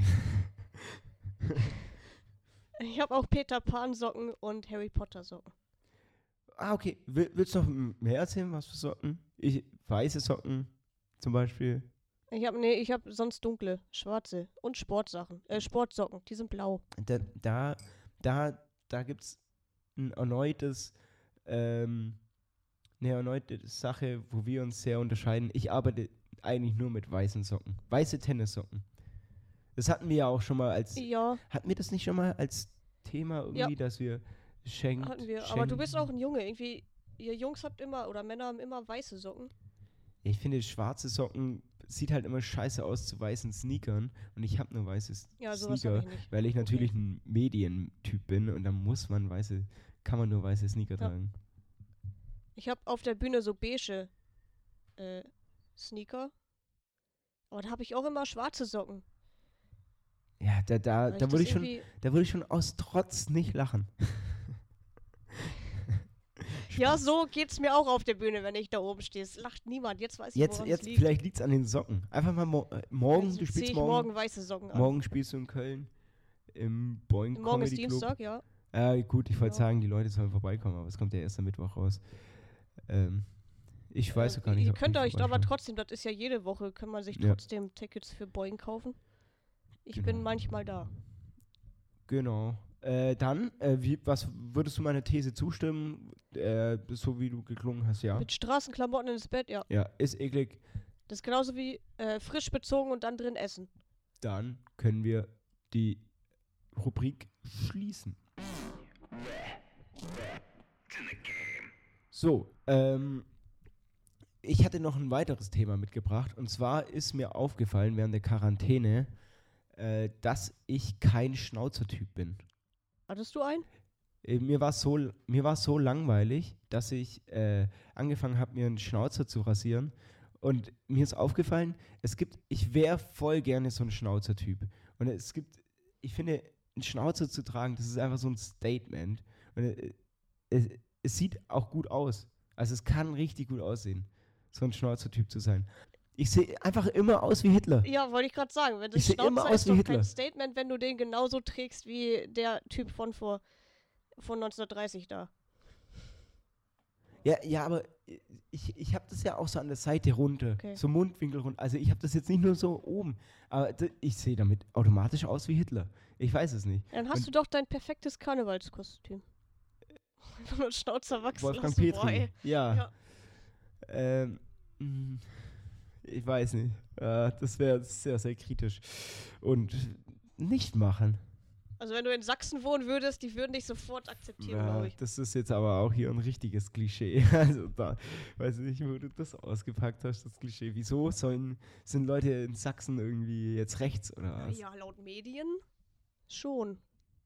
Speaker 1: Ich habe auch Peter Pan-Socken und Harry Potter-Socken.
Speaker 2: Ah, okay. Will, willst du noch m- mehr erzählen, was für Socken? Ich, weiße Socken zum Beispiel.
Speaker 1: Ich habe nee, ich habe sonst dunkle, schwarze und Sportsachen. Äh, Sportsocken, die sind blau.
Speaker 2: Da, da, da, da gibt es ein erneutes, ähm, eine erneute Sache, wo wir uns sehr unterscheiden. Ich arbeite eigentlich nur mit weißen Socken. Weiße Tennissocken. Das hatten wir ja auch schon mal als,
Speaker 1: Ja,
Speaker 2: hatten wir das nicht schon mal als Thema irgendwie, dass wir schenkt,
Speaker 1: hatten wir. Aber
Speaker 2: schenken?
Speaker 1: du bist auch ein Junge. Irgendwie, ihr Jungs habt immer, oder Männer haben immer weiße Socken.
Speaker 2: Ich finde, schwarze Socken sieht halt immer scheiße aus zu weißen Sneakern und ich habe nur weiße S-
Speaker 1: Ja, sowas
Speaker 2: Sneaker,
Speaker 1: habe ich nicht.
Speaker 2: weil ich natürlich ein Medientyp bin und dann muss man weiße, kann man nur weiße Sneaker
Speaker 1: Ja.
Speaker 2: tragen.
Speaker 1: Ich habe auf der Bühne so beige äh, Sneaker. Aber da habe ich auch immer schwarze Socken.
Speaker 2: Ja, da, da,
Speaker 1: weil
Speaker 2: da
Speaker 1: das
Speaker 2: würde ich schon,
Speaker 1: irgendwie-
Speaker 2: da würde ich schon aus Trotz nicht lachen.
Speaker 1: Ja,
Speaker 2: Spaß.
Speaker 1: so geht's mir auch auf der Bühne, wenn ich da oben stehe. Es lacht niemand. Jetzt weiß ich,
Speaker 2: Jetzt,
Speaker 1: woran
Speaker 2: jetzt
Speaker 1: es liegt.
Speaker 2: vielleicht liegt es an den Socken. Einfach mal mo äh, morgen,
Speaker 1: Also
Speaker 2: du
Speaker 1: zieh
Speaker 2: spielst
Speaker 1: ich
Speaker 2: morgen,
Speaker 1: morgen weiße Socken an.
Speaker 2: morgen spielst du in Köln im Boing
Speaker 1: Morgen ist
Speaker 2: Comedy Club.
Speaker 1: Dienstag, ja.
Speaker 2: Äh, gut, ich wollte
Speaker 1: Ja.
Speaker 2: sagen, die Leute sollen vorbeikommen, aber es kommt ja erst am Mittwoch raus. Ähm, ich weiß
Speaker 1: Äh,
Speaker 2: ja gar nicht,
Speaker 1: Ihr
Speaker 2: ob
Speaker 1: könnt
Speaker 2: ich
Speaker 1: euch aber
Speaker 2: vorbeischaue.
Speaker 1: trotzdem, das ist ja jede Woche, kann man sich
Speaker 2: Ja.
Speaker 1: trotzdem Tickets für Boeing kaufen. Ich bin
Speaker 2: Genau.
Speaker 1: manchmal da.
Speaker 2: Genau. Äh, dann, äh, wie, was würdest du meiner These zustimmen? Äh, so wie du geklungen hast, ja.
Speaker 1: Mit Straßenklamotten ins Bett, ja.
Speaker 2: Ja, ist eklig.
Speaker 1: Das ist genauso wie äh, frisch bezogen und dann drin essen.
Speaker 2: Dann können wir die Rubrik schließen. So, ähm, ich hatte noch ein weiteres Thema mitgebracht. Und zwar ist mir aufgefallen während der Quarantäne, äh, dass ich kein Schnauzertyp bin.
Speaker 1: Hattest du einen?
Speaker 2: Äh, Mir war es so, mir war's so langweilig, dass ich äh, angefangen habe, mir einen Schnauzer zu rasieren. Und mir ist aufgefallen, es gibt, ich wäre voll gerne so ein Schnauzertyp. Und es gibt, ich finde, einen Schnauzer zu tragen, das ist einfach so ein Statement. Und äh, es, es sieht auch gut aus. Also es kann richtig gut aussehen, so ein Schnauzer-Typ zu sein. Ich sehe einfach immer aus wie Hitler.
Speaker 1: Ja, wollte ich gerade sagen. Wenn das
Speaker 2: Ich seh immer
Speaker 1: Schnauzer
Speaker 2: aus
Speaker 1: ist
Speaker 2: wie
Speaker 1: doch
Speaker 2: Hitler.
Speaker 1: kein Statement, wenn du den genauso trägst wie der Typ von vor von neunzehnhundertdreißig da.
Speaker 2: Ja, ja, aber ich, ich habe das ja auch so an der Seite runter,
Speaker 1: Okay.
Speaker 2: so Mundwinkel runter. Also ich habe das jetzt nicht nur so oben, aber d- ich sehe damit automatisch aus wie Hitler. Ich weiß es nicht.
Speaker 1: Dann hast
Speaker 2: Und
Speaker 1: du doch dein perfektes Karnevalskostüm. Einfach nur Schnauzer wachsen
Speaker 2: Wolfgang
Speaker 1: lassen. Boah,
Speaker 2: Petri,
Speaker 1: ey.
Speaker 2: ja.
Speaker 1: Ja.
Speaker 2: Ähm, mh, ich weiß nicht. Äh, das wäre sehr, sehr kritisch. Und nicht machen.
Speaker 1: Also wenn du in Sachsen wohnen würdest, die würden dich sofort akzeptieren,
Speaker 2: Ja,
Speaker 1: glaube ich.
Speaker 2: das ist jetzt aber auch hier ein richtiges Klischee. Also da weiß ich nicht, wo du das ausgepackt hast, das Klischee. Wieso sollen, sind Leute in Sachsen irgendwie jetzt rechts oder was?
Speaker 1: Ja, laut Medien schon.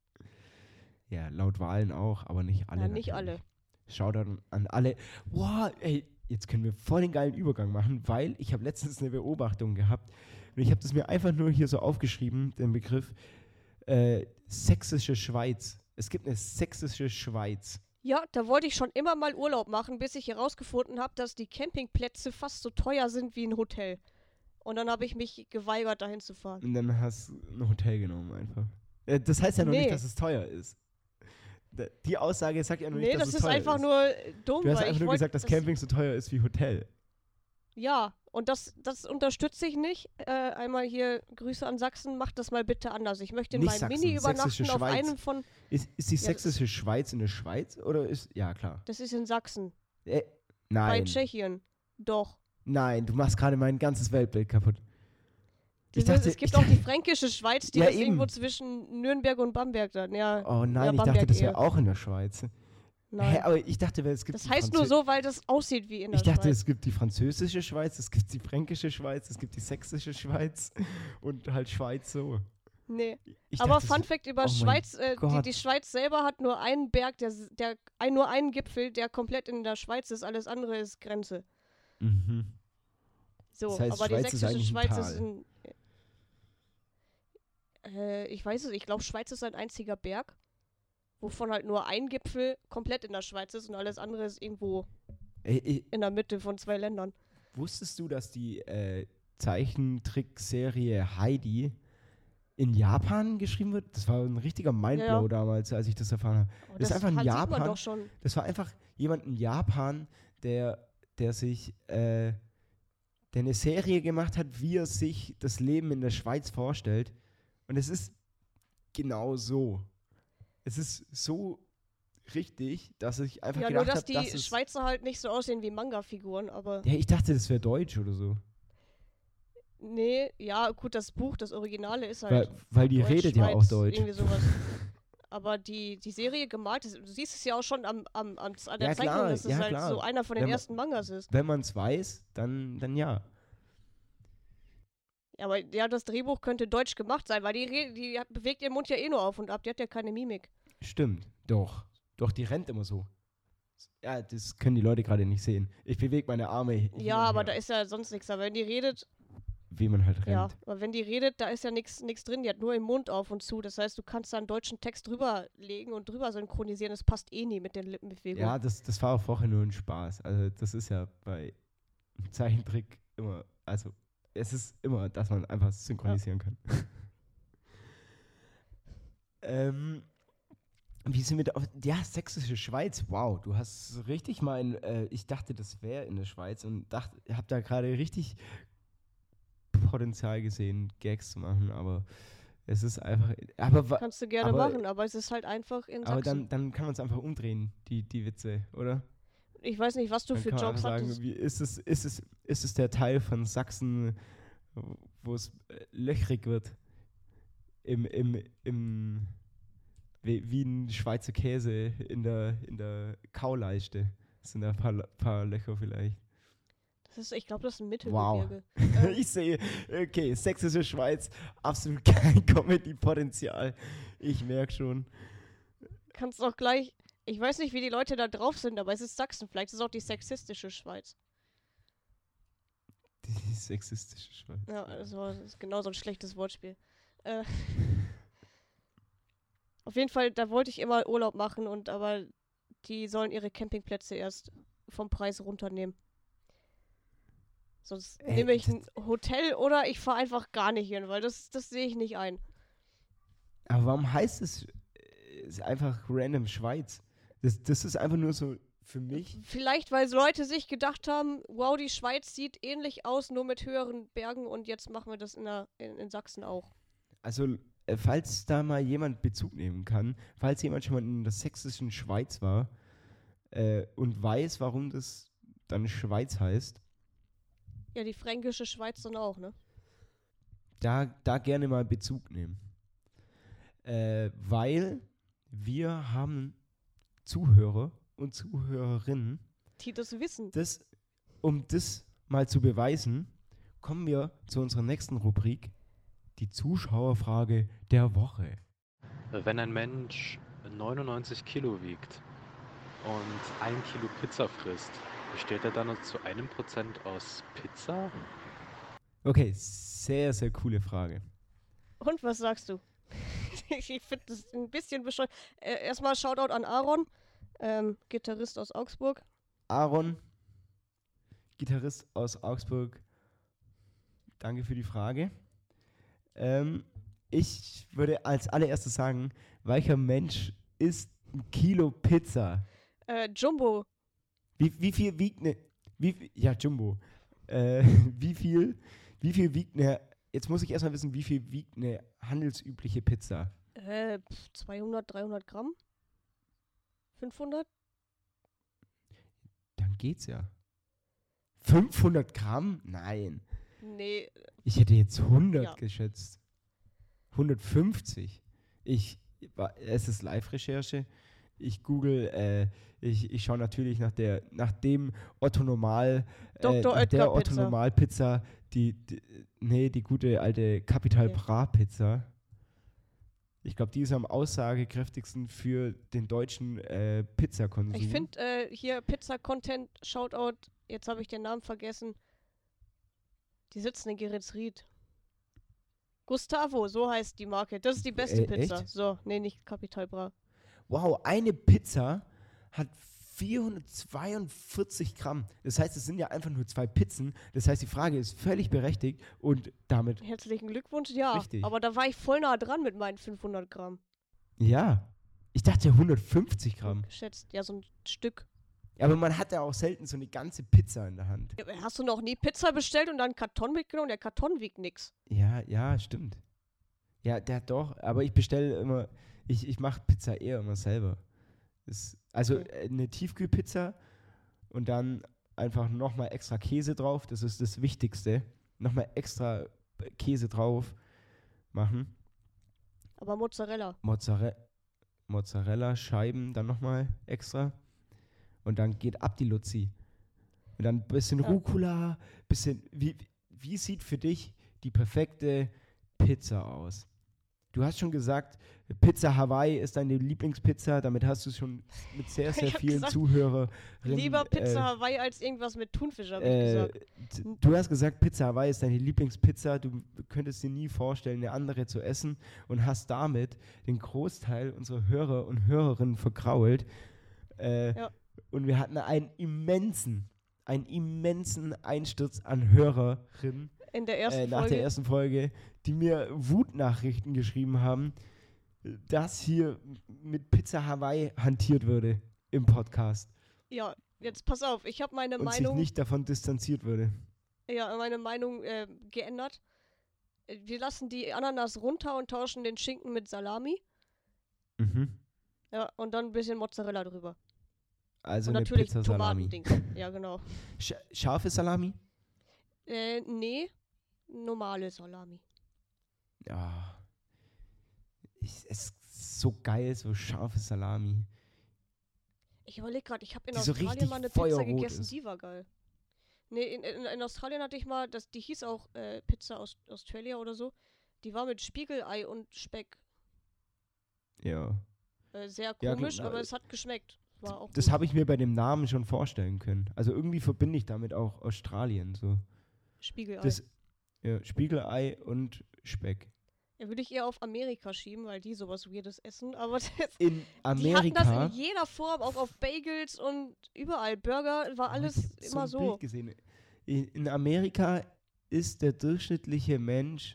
Speaker 2: Ja, laut Wahlen auch, aber nicht alle.
Speaker 1: Ja, nicht
Speaker 2: natürlich.
Speaker 1: alle.
Speaker 2: Shoutout an alle. Wow, ey, jetzt können wir voll den geilen Übergang machen, weil ich habe letztens eine Beobachtung gehabt und ich habe das mir einfach nur hier so aufgeschrieben, den Begriff äh, sächsische Schweiz. Es gibt eine sächsische Schweiz.
Speaker 1: Ja, da wollte ich schon immer mal Urlaub machen, bis ich herausgefunden habe, dass die Campingplätze fast so teuer sind wie ein Hotel. Und dann habe ich mich geweigert, dahin zu fahren.
Speaker 2: Und dann hast du ein Hotel genommen einfach. Äh, das heißt ja noch
Speaker 1: Nee.
Speaker 2: nicht, dass es teuer ist. Da- Die Aussage sagt ja noch
Speaker 1: Nee,
Speaker 2: nicht, dass
Speaker 1: das
Speaker 2: es
Speaker 1: ist
Speaker 2: teuer
Speaker 1: einfach
Speaker 2: ist.
Speaker 1: nur äh, dumm,
Speaker 2: Du hast
Speaker 1: weil
Speaker 2: einfach
Speaker 1: ich
Speaker 2: nur
Speaker 1: wollt-
Speaker 2: gesagt, dass Camping so teuer ist wie Hotel.
Speaker 1: Ja, und das, das unterstütze ich nicht. Äh, einmal hier Grüße an Sachsen, macht das mal bitte anders. Ich möchte in
Speaker 2: Nicht
Speaker 1: meinem
Speaker 2: Sachsen,
Speaker 1: Mini übernachten
Speaker 2: sächsische
Speaker 1: auf
Speaker 2: Schweiz.
Speaker 1: einem von.
Speaker 2: Ist, ist die
Speaker 1: das-
Speaker 2: sächsische Schweiz in der Schweiz oder ist. Ja, klar.
Speaker 1: Das ist in Sachsen.
Speaker 2: Äh,
Speaker 1: Bei
Speaker 2: nein.
Speaker 1: Tschechien. Doch.
Speaker 2: Nein, du machst gerade mein ganzes Weltbild kaputt. Ich
Speaker 1: Das-
Speaker 2: dachte,
Speaker 1: es gibt
Speaker 2: ich
Speaker 1: auch die fränkische Schweiz, die
Speaker 2: Ja,
Speaker 1: ist
Speaker 2: eben.
Speaker 1: irgendwo zwischen Nürnberg und Bamberg dann. Ja,
Speaker 2: Oh nein,
Speaker 1: ja,
Speaker 2: ich dachte,
Speaker 1: Bamberg
Speaker 2: das wäre
Speaker 1: eher.
Speaker 2: auch in der Schweiz.
Speaker 1: Nein.
Speaker 2: Hä, aber ich dachte, es gibt
Speaker 1: Das
Speaker 2: die
Speaker 1: heißt nur
Speaker 2: Franzö-
Speaker 1: so, weil das aussieht wie in der
Speaker 2: Ich dachte,
Speaker 1: Schweiz.
Speaker 2: es gibt die französische Schweiz, es gibt die fränkische Schweiz, es gibt die sächsische Schweiz und halt Schweiz so.
Speaker 1: Nee.
Speaker 2: Ich
Speaker 1: Aber
Speaker 2: dachte,
Speaker 1: Fun
Speaker 2: das-
Speaker 1: Fact über
Speaker 2: oh mein
Speaker 1: Schweiz, äh, die,
Speaker 2: Gott.
Speaker 1: die Schweiz selber hat nur einen Berg, der, s- der ein, nur einen Gipfel, der komplett in der Schweiz ist, alles andere ist Grenze.
Speaker 2: Mhm.
Speaker 1: So,
Speaker 2: Das heißt,
Speaker 1: aber die
Speaker 2: Schweiz ist
Speaker 1: sächsische
Speaker 2: eigentlich ein
Speaker 1: Schweiz
Speaker 2: Tal.
Speaker 1: ist ein. Äh, ich weiß es, ich glaube, Schweiz ist ein einziger Berg, wovon halt nur ein Gipfel komplett in der Schweiz ist und alles andere ist irgendwo
Speaker 2: Ey, ey,
Speaker 1: in der Mitte von zwei Ländern.
Speaker 2: wusstest du, dass die äh, Zeichentrickserie Heidi in Japan geschrieben wird? Das war ein richtiger Mindblow
Speaker 1: Ja.
Speaker 2: damals, als ich das erfahren habe.
Speaker 1: Aber
Speaker 2: Das ist einfach in
Speaker 1: hat- sieht man
Speaker 2: Japan.
Speaker 1: doch schon.
Speaker 2: Das war einfach jemand in Japan, der, der sich, äh, der eine Serie gemacht hat, wie er sich das Leben in der Schweiz vorstellt. Und es ist genau so. Es ist so richtig, dass ich einfach
Speaker 1: Ja, nur
Speaker 2: gedacht
Speaker 1: dass
Speaker 2: habe,
Speaker 1: die
Speaker 2: dass es...
Speaker 1: Schweizer halt nicht so aussehen wie Manga-Figuren, aber.
Speaker 2: Ja, ich dachte, das wäre deutsch oder so.
Speaker 1: Nee, ja, gut, das Buch, das Originale ist
Speaker 2: Weil,
Speaker 1: halt.
Speaker 2: weil die
Speaker 1: Deutsch,
Speaker 2: redet ja auch
Speaker 1: Schweiz,
Speaker 2: Deutsch.
Speaker 1: Irgendwie sowas. Aber die, die Serie gemalt, das, du siehst es ja auch schon am, am, am, an der
Speaker 2: Ja,
Speaker 1: Zeichnung,
Speaker 2: klar,
Speaker 1: dass es
Speaker 2: ja,
Speaker 1: halt
Speaker 2: klar.
Speaker 1: so einer von den
Speaker 2: Wenn man-
Speaker 1: ersten Mangas ist.
Speaker 2: Wenn man es weiß, dann, dann ja.
Speaker 1: Ja, aber ja, das Drehbuch könnte deutsch gemacht sein, weil die, re- die hat- bewegt ihren Mund ja eh nur auf und ab, die hat ja keine Mimik.
Speaker 2: Stimmt, doch. Doch, die rennt immer so. Ja, das können die Leute gerade nicht sehen. Ich bewege meine Arme hin
Speaker 1: Ja,
Speaker 2: und
Speaker 1: aber
Speaker 2: her,
Speaker 1: da ist ja sonst nichts. Aber wenn die redet,
Speaker 2: wie man halt rennt.
Speaker 1: ja, aber wenn die redet, da ist ja nichts drin, die hat nur im Mund auf und zu. Das heißt, du kannst da einen deutschen Text drüberlegen und drüber synchronisieren, das passt eh nie mit den Lippenbewegungen.
Speaker 2: Ja, das, das war auch vorher nur ein Spaß. Also das ist ja bei Zeichentrick immer, also es ist immer, dass man einfach synchronisieren kann. ähm, wie sind wir da auf, ja, sächsische Schweiz, wow, du hast richtig mein, äh, ich dachte, das wäre in der Schweiz und dachte, hab da gerade richtig Potenzial gesehen, Gags zu machen, aber es ist einfach, aber, wa-
Speaker 1: Kannst du gerne
Speaker 2: aber-
Speaker 1: machen, aber es ist halt einfach in
Speaker 2: aber
Speaker 1: Sachsen.
Speaker 2: dann, dann kann man es einfach umdrehen, die, die Witze, oder?
Speaker 1: Ich weiß nicht, was du
Speaker 2: Dann
Speaker 1: für
Speaker 2: kann man
Speaker 1: Jobs
Speaker 2: einfach sagen,
Speaker 1: hattest.
Speaker 2: wie ist es, ist es, ist es der Teil von Sachsen, wo es äh, löchrig wird? Im, im, im, wie, wie ein Schweizer Käse in der, in der Kauleiste. Das sind da ein paar, Lö- paar Löcher vielleicht.
Speaker 1: Das ist, ich glaube, das ist ein
Speaker 2: Wow.
Speaker 1: Mittelgebirge. Ähm,
Speaker 2: Ich sehe, okay, sächsische Schweiz, absolut kein Comedy-Potenzial. Ich merke schon.
Speaker 1: kannst auch gleich. Ich weiß nicht, wie die Leute da drauf sind, aber es ist Sachsen. Vielleicht ist es auch die sexistische Schweiz.
Speaker 2: Die sexistische Schweiz.
Speaker 1: Ja, das war das ist genau so ein schlechtes Wortspiel. Äh, auf jeden Fall, da wollte ich immer Urlaub machen und aber die sollen ihre Campingplätze erst vom Preis runternehmen. Sonst
Speaker 2: Ey,
Speaker 1: nehme ich
Speaker 2: das-
Speaker 1: ein Hotel oder ich fahre einfach gar nicht hin, weil das, das sehe ich nicht ein.
Speaker 2: Aber warum heißt es äh, ist einfach random Schweiz? Das, das ist einfach nur so für mich.
Speaker 1: Vielleicht, weil so Leute sich gedacht haben, wow, die Schweiz sieht ähnlich aus, nur mit höheren Bergen und jetzt machen wir das in, der, in, in Sachsen auch.
Speaker 2: Also, äh, falls da mal jemand Bezug nehmen kann, falls jemand schon mal in der sächsischen Schweiz war äh, und weiß, warum das dann Schweiz heißt,
Speaker 1: Ja, die fränkische Schweiz dann auch, ne?
Speaker 2: da, da gerne mal Bezug nehmen. Äh, weil wir haben Zuhörer und Zuhörerinnen,
Speaker 1: Die das wissen.
Speaker 2: das, um das mal zu beweisen, kommen wir zu unserer nächsten Rubrik, die Zuschauerfrage der Woche.
Speaker 3: Wenn ein Mensch neunundneunzig Kilo wiegt und ein Kilo Pizza frisst, besteht er dann nur zu einem Prozent aus Pizza?
Speaker 2: Okay, sehr, sehr coole Frage.
Speaker 1: Und was sagst du? Ich finde das ein bisschen bescheuert. Äh, erstmal Shoutout an Aaron, ähm, Gitarrist aus Augsburg.
Speaker 2: Aaron, Gitarrist aus Augsburg, danke für die Frage. Ähm, ich würde als allererstes sagen, welcher Mensch isst ein Kilo Pizza?
Speaker 1: Äh, Jumbo.
Speaker 2: Wie, wie viel wiegt eine, wie, viel- ja, Jumbo, äh, wie viel, wie viel wiegt eine, jetzt muss ich erstmal wissen, wie viel wiegt eine handelsübliche Pizza?
Speaker 1: Äh, pf, zweihundert, dreihundert Gramm? fünfhundert?
Speaker 2: Dann geht's ja. fünfhundert Gramm? Nein.
Speaker 1: Nee,
Speaker 2: Ich hätte jetzt hundert
Speaker 1: Ja.
Speaker 2: geschätzt. hundertfünfzig. Ich, wa- es ist Live-Recherche. Ich google, äh, ich, ich schaue natürlich nach der, nach dem Otto Normal, äh,
Speaker 1: Doktor
Speaker 2: nach der
Speaker 1: Oetker
Speaker 2: Otto
Speaker 1: Pizza.
Speaker 2: Normal Pizza, die, die, nee, die gute alte Capital
Speaker 1: Okay.
Speaker 2: Bra Pizza. Ich glaube, die ist am aussagekräftigsten für den deutschen äh, Pizzakonsum.
Speaker 1: ich finde äh, hier Pizza-Content, Shoutout, jetzt habe ich den Namen vergessen. Die sitzen in Geretsried. Gustavo, so heißt die Marke. Das ist die beste
Speaker 2: Äh,
Speaker 1: Pizza.
Speaker 2: echt?
Speaker 1: So, nee, nicht Capital Bra.
Speaker 2: Wow, eine Pizza hat vierhundertzweiundvierzig Gramm. Das heißt, es sind ja einfach nur zwei Pizzen. Das heißt, die Frage ist völlig berechtigt und damit,
Speaker 1: Herzlichen Glückwunsch, ja.
Speaker 2: Richtig.
Speaker 1: Aber da war ich voll nah dran mit meinen fünfhundert Gramm.
Speaker 2: ja. Ich dachte ja hundertfünfzig Gramm.
Speaker 1: Geschätzt, ja, so ein Stück.
Speaker 2: Aber man hat ja auch selten so eine ganze Pizza in der Hand.
Speaker 1: Hast du noch nie Pizza bestellt und dann einen Karton mitgenommen? Der Karton wiegt nix.
Speaker 2: Ja, ja, stimmt. Ja, der doch. Aber ich bestelle immer, ich, ich mache Pizza eher immer selber. Das, also
Speaker 1: Okay.
Speaker 2: äh, eine Tiefkühlpizza und dann einfach nochmal extra Käse drauf. Das ist das Wichtigste. Nochmal extra Käse drauf machen.
Speaker 1: Aber Mozzarella.
Speaker 2: Mozzarella, Mozzarella-Scheiben dann nochmal extra. Und dann geht ab die Luzi. Und dann ein bisschen
Speaker 1: Ja.
Speaker 2: Rucola, bisschen. Wie, wie sieht für dich die perfekte Pizza aus? Du hast schon gesagt, Pizza Hawaii ist deine Lieblingspizza. Damit hast du schon mit sehr, sehr
Speaker 1: Ich hab
Speaker 2: vielen
Speaker 1: gesagt,
Speaker 2: Zuhörern.
Speaker 1: Lieber Pizza Hawaii als irgendwas mit Thunfisch, habe ich
Speaker 2: Äh,
Speaker 1: gesagt.
Speaker 2: d- du hast gesagt, Pizza Hawaii ist deine Lieblingspizza. Du könntest dir nie vorstellen, eine andere zu essen und hast damit den Großteil unserer Hörer und Hörerinnen vergrault. Äh,
Speaker 1: Ja.
Speaker 2: Und wir hatten einen immensen, einen immensen Einsturz an Hörerinnen
Speaker 1: In der ersten
Speaker 2: äh, nach
Speaker 1: Folge.
Speaker 2: der ersten Folge, die mir Wutnachrichten geschrieben haben, dass hier mit Pizza Hawaii hantiert würde im Podcast
Speaker 1: Ja, jetzt pass auf, ich habe meine
Speaker 2: und sich
Speaker 1: Meinung,
Speaker 2: nicht davon distanziert würde.
Speaker 1: ja, meine Meinung äh, geändert. Äh, Wir lassen die Ananas runter und tauschen den Schinken mit Salami.
Speaker 2: Mhm.
Speaker 1: Ja, und dann ein bisschen Mozzarella drüber.
Speaker 2: Also
Speaker 1: und
Speaker 2: eine
Speaker 1: natürlich
Speaker 2: Pizza Salami.
Speaker 1: Tomatending. Ja, genau.
Speaker 2: Sch scharfe Salami?
Speaker 1: Äh, nee, normale Salami.
Speaker 2: Ja. Ich, es ist so geil, so scharfe Salami.
Speaker 1: Ich überlege gerade, ich habe in
Speaker 2: Die so
Speaker 1: Australien
Speaker 2: richtig
Speaker 1: mal eine Pizza
Speaker 2: feuerrot
Speaker 1: gegessen,
Speaker 2: ist.
Speaker 1: die war geil. Nee, in, in, in Australien hatte ich mal, das, die hieß auch äh, Pizza aus Australia oder so. Die war mit Spiegelei und Speck.
Speaker 2: Ja.
Speaker 1: Äh, sehr
Speaker 2: Ja,
Speaker 1: komisch,
Speaker 2: klar,
Speaker 1: aber
Speaker 2: äh,
Speaker 1: es hat geschmeckt. War auch
Speaker 2: Das
Speaker 1: gut.
Speaker 2: habe ich mir bei dem Namen schon vorstellen können. Also irgendwie verbinde ich damit auch Australien so.
Speaker 1: Spiegelei.
Speaker 2: Das, ja, Spiegelei und Speck.
Speaker 1: Ja, würde ich eher auf Amerika schieben, weil die sowas Weirdes essen. Aber das,
Speaker 2: In
Speaker 1: die hatten das
Speaker 2: Amerika.
Speaker 1: in jeder Form, auch auf Bagels und überall. Burger war
Speaker 2: Oh,
Speaker 1: alles
Speaker 2: ich hab
Speaker 1: immer
Speaker 2: ein
Speaker 1: so.
Speaker 2: Bild gesehen. In, in Amerika ist der durchschnittliche Mensch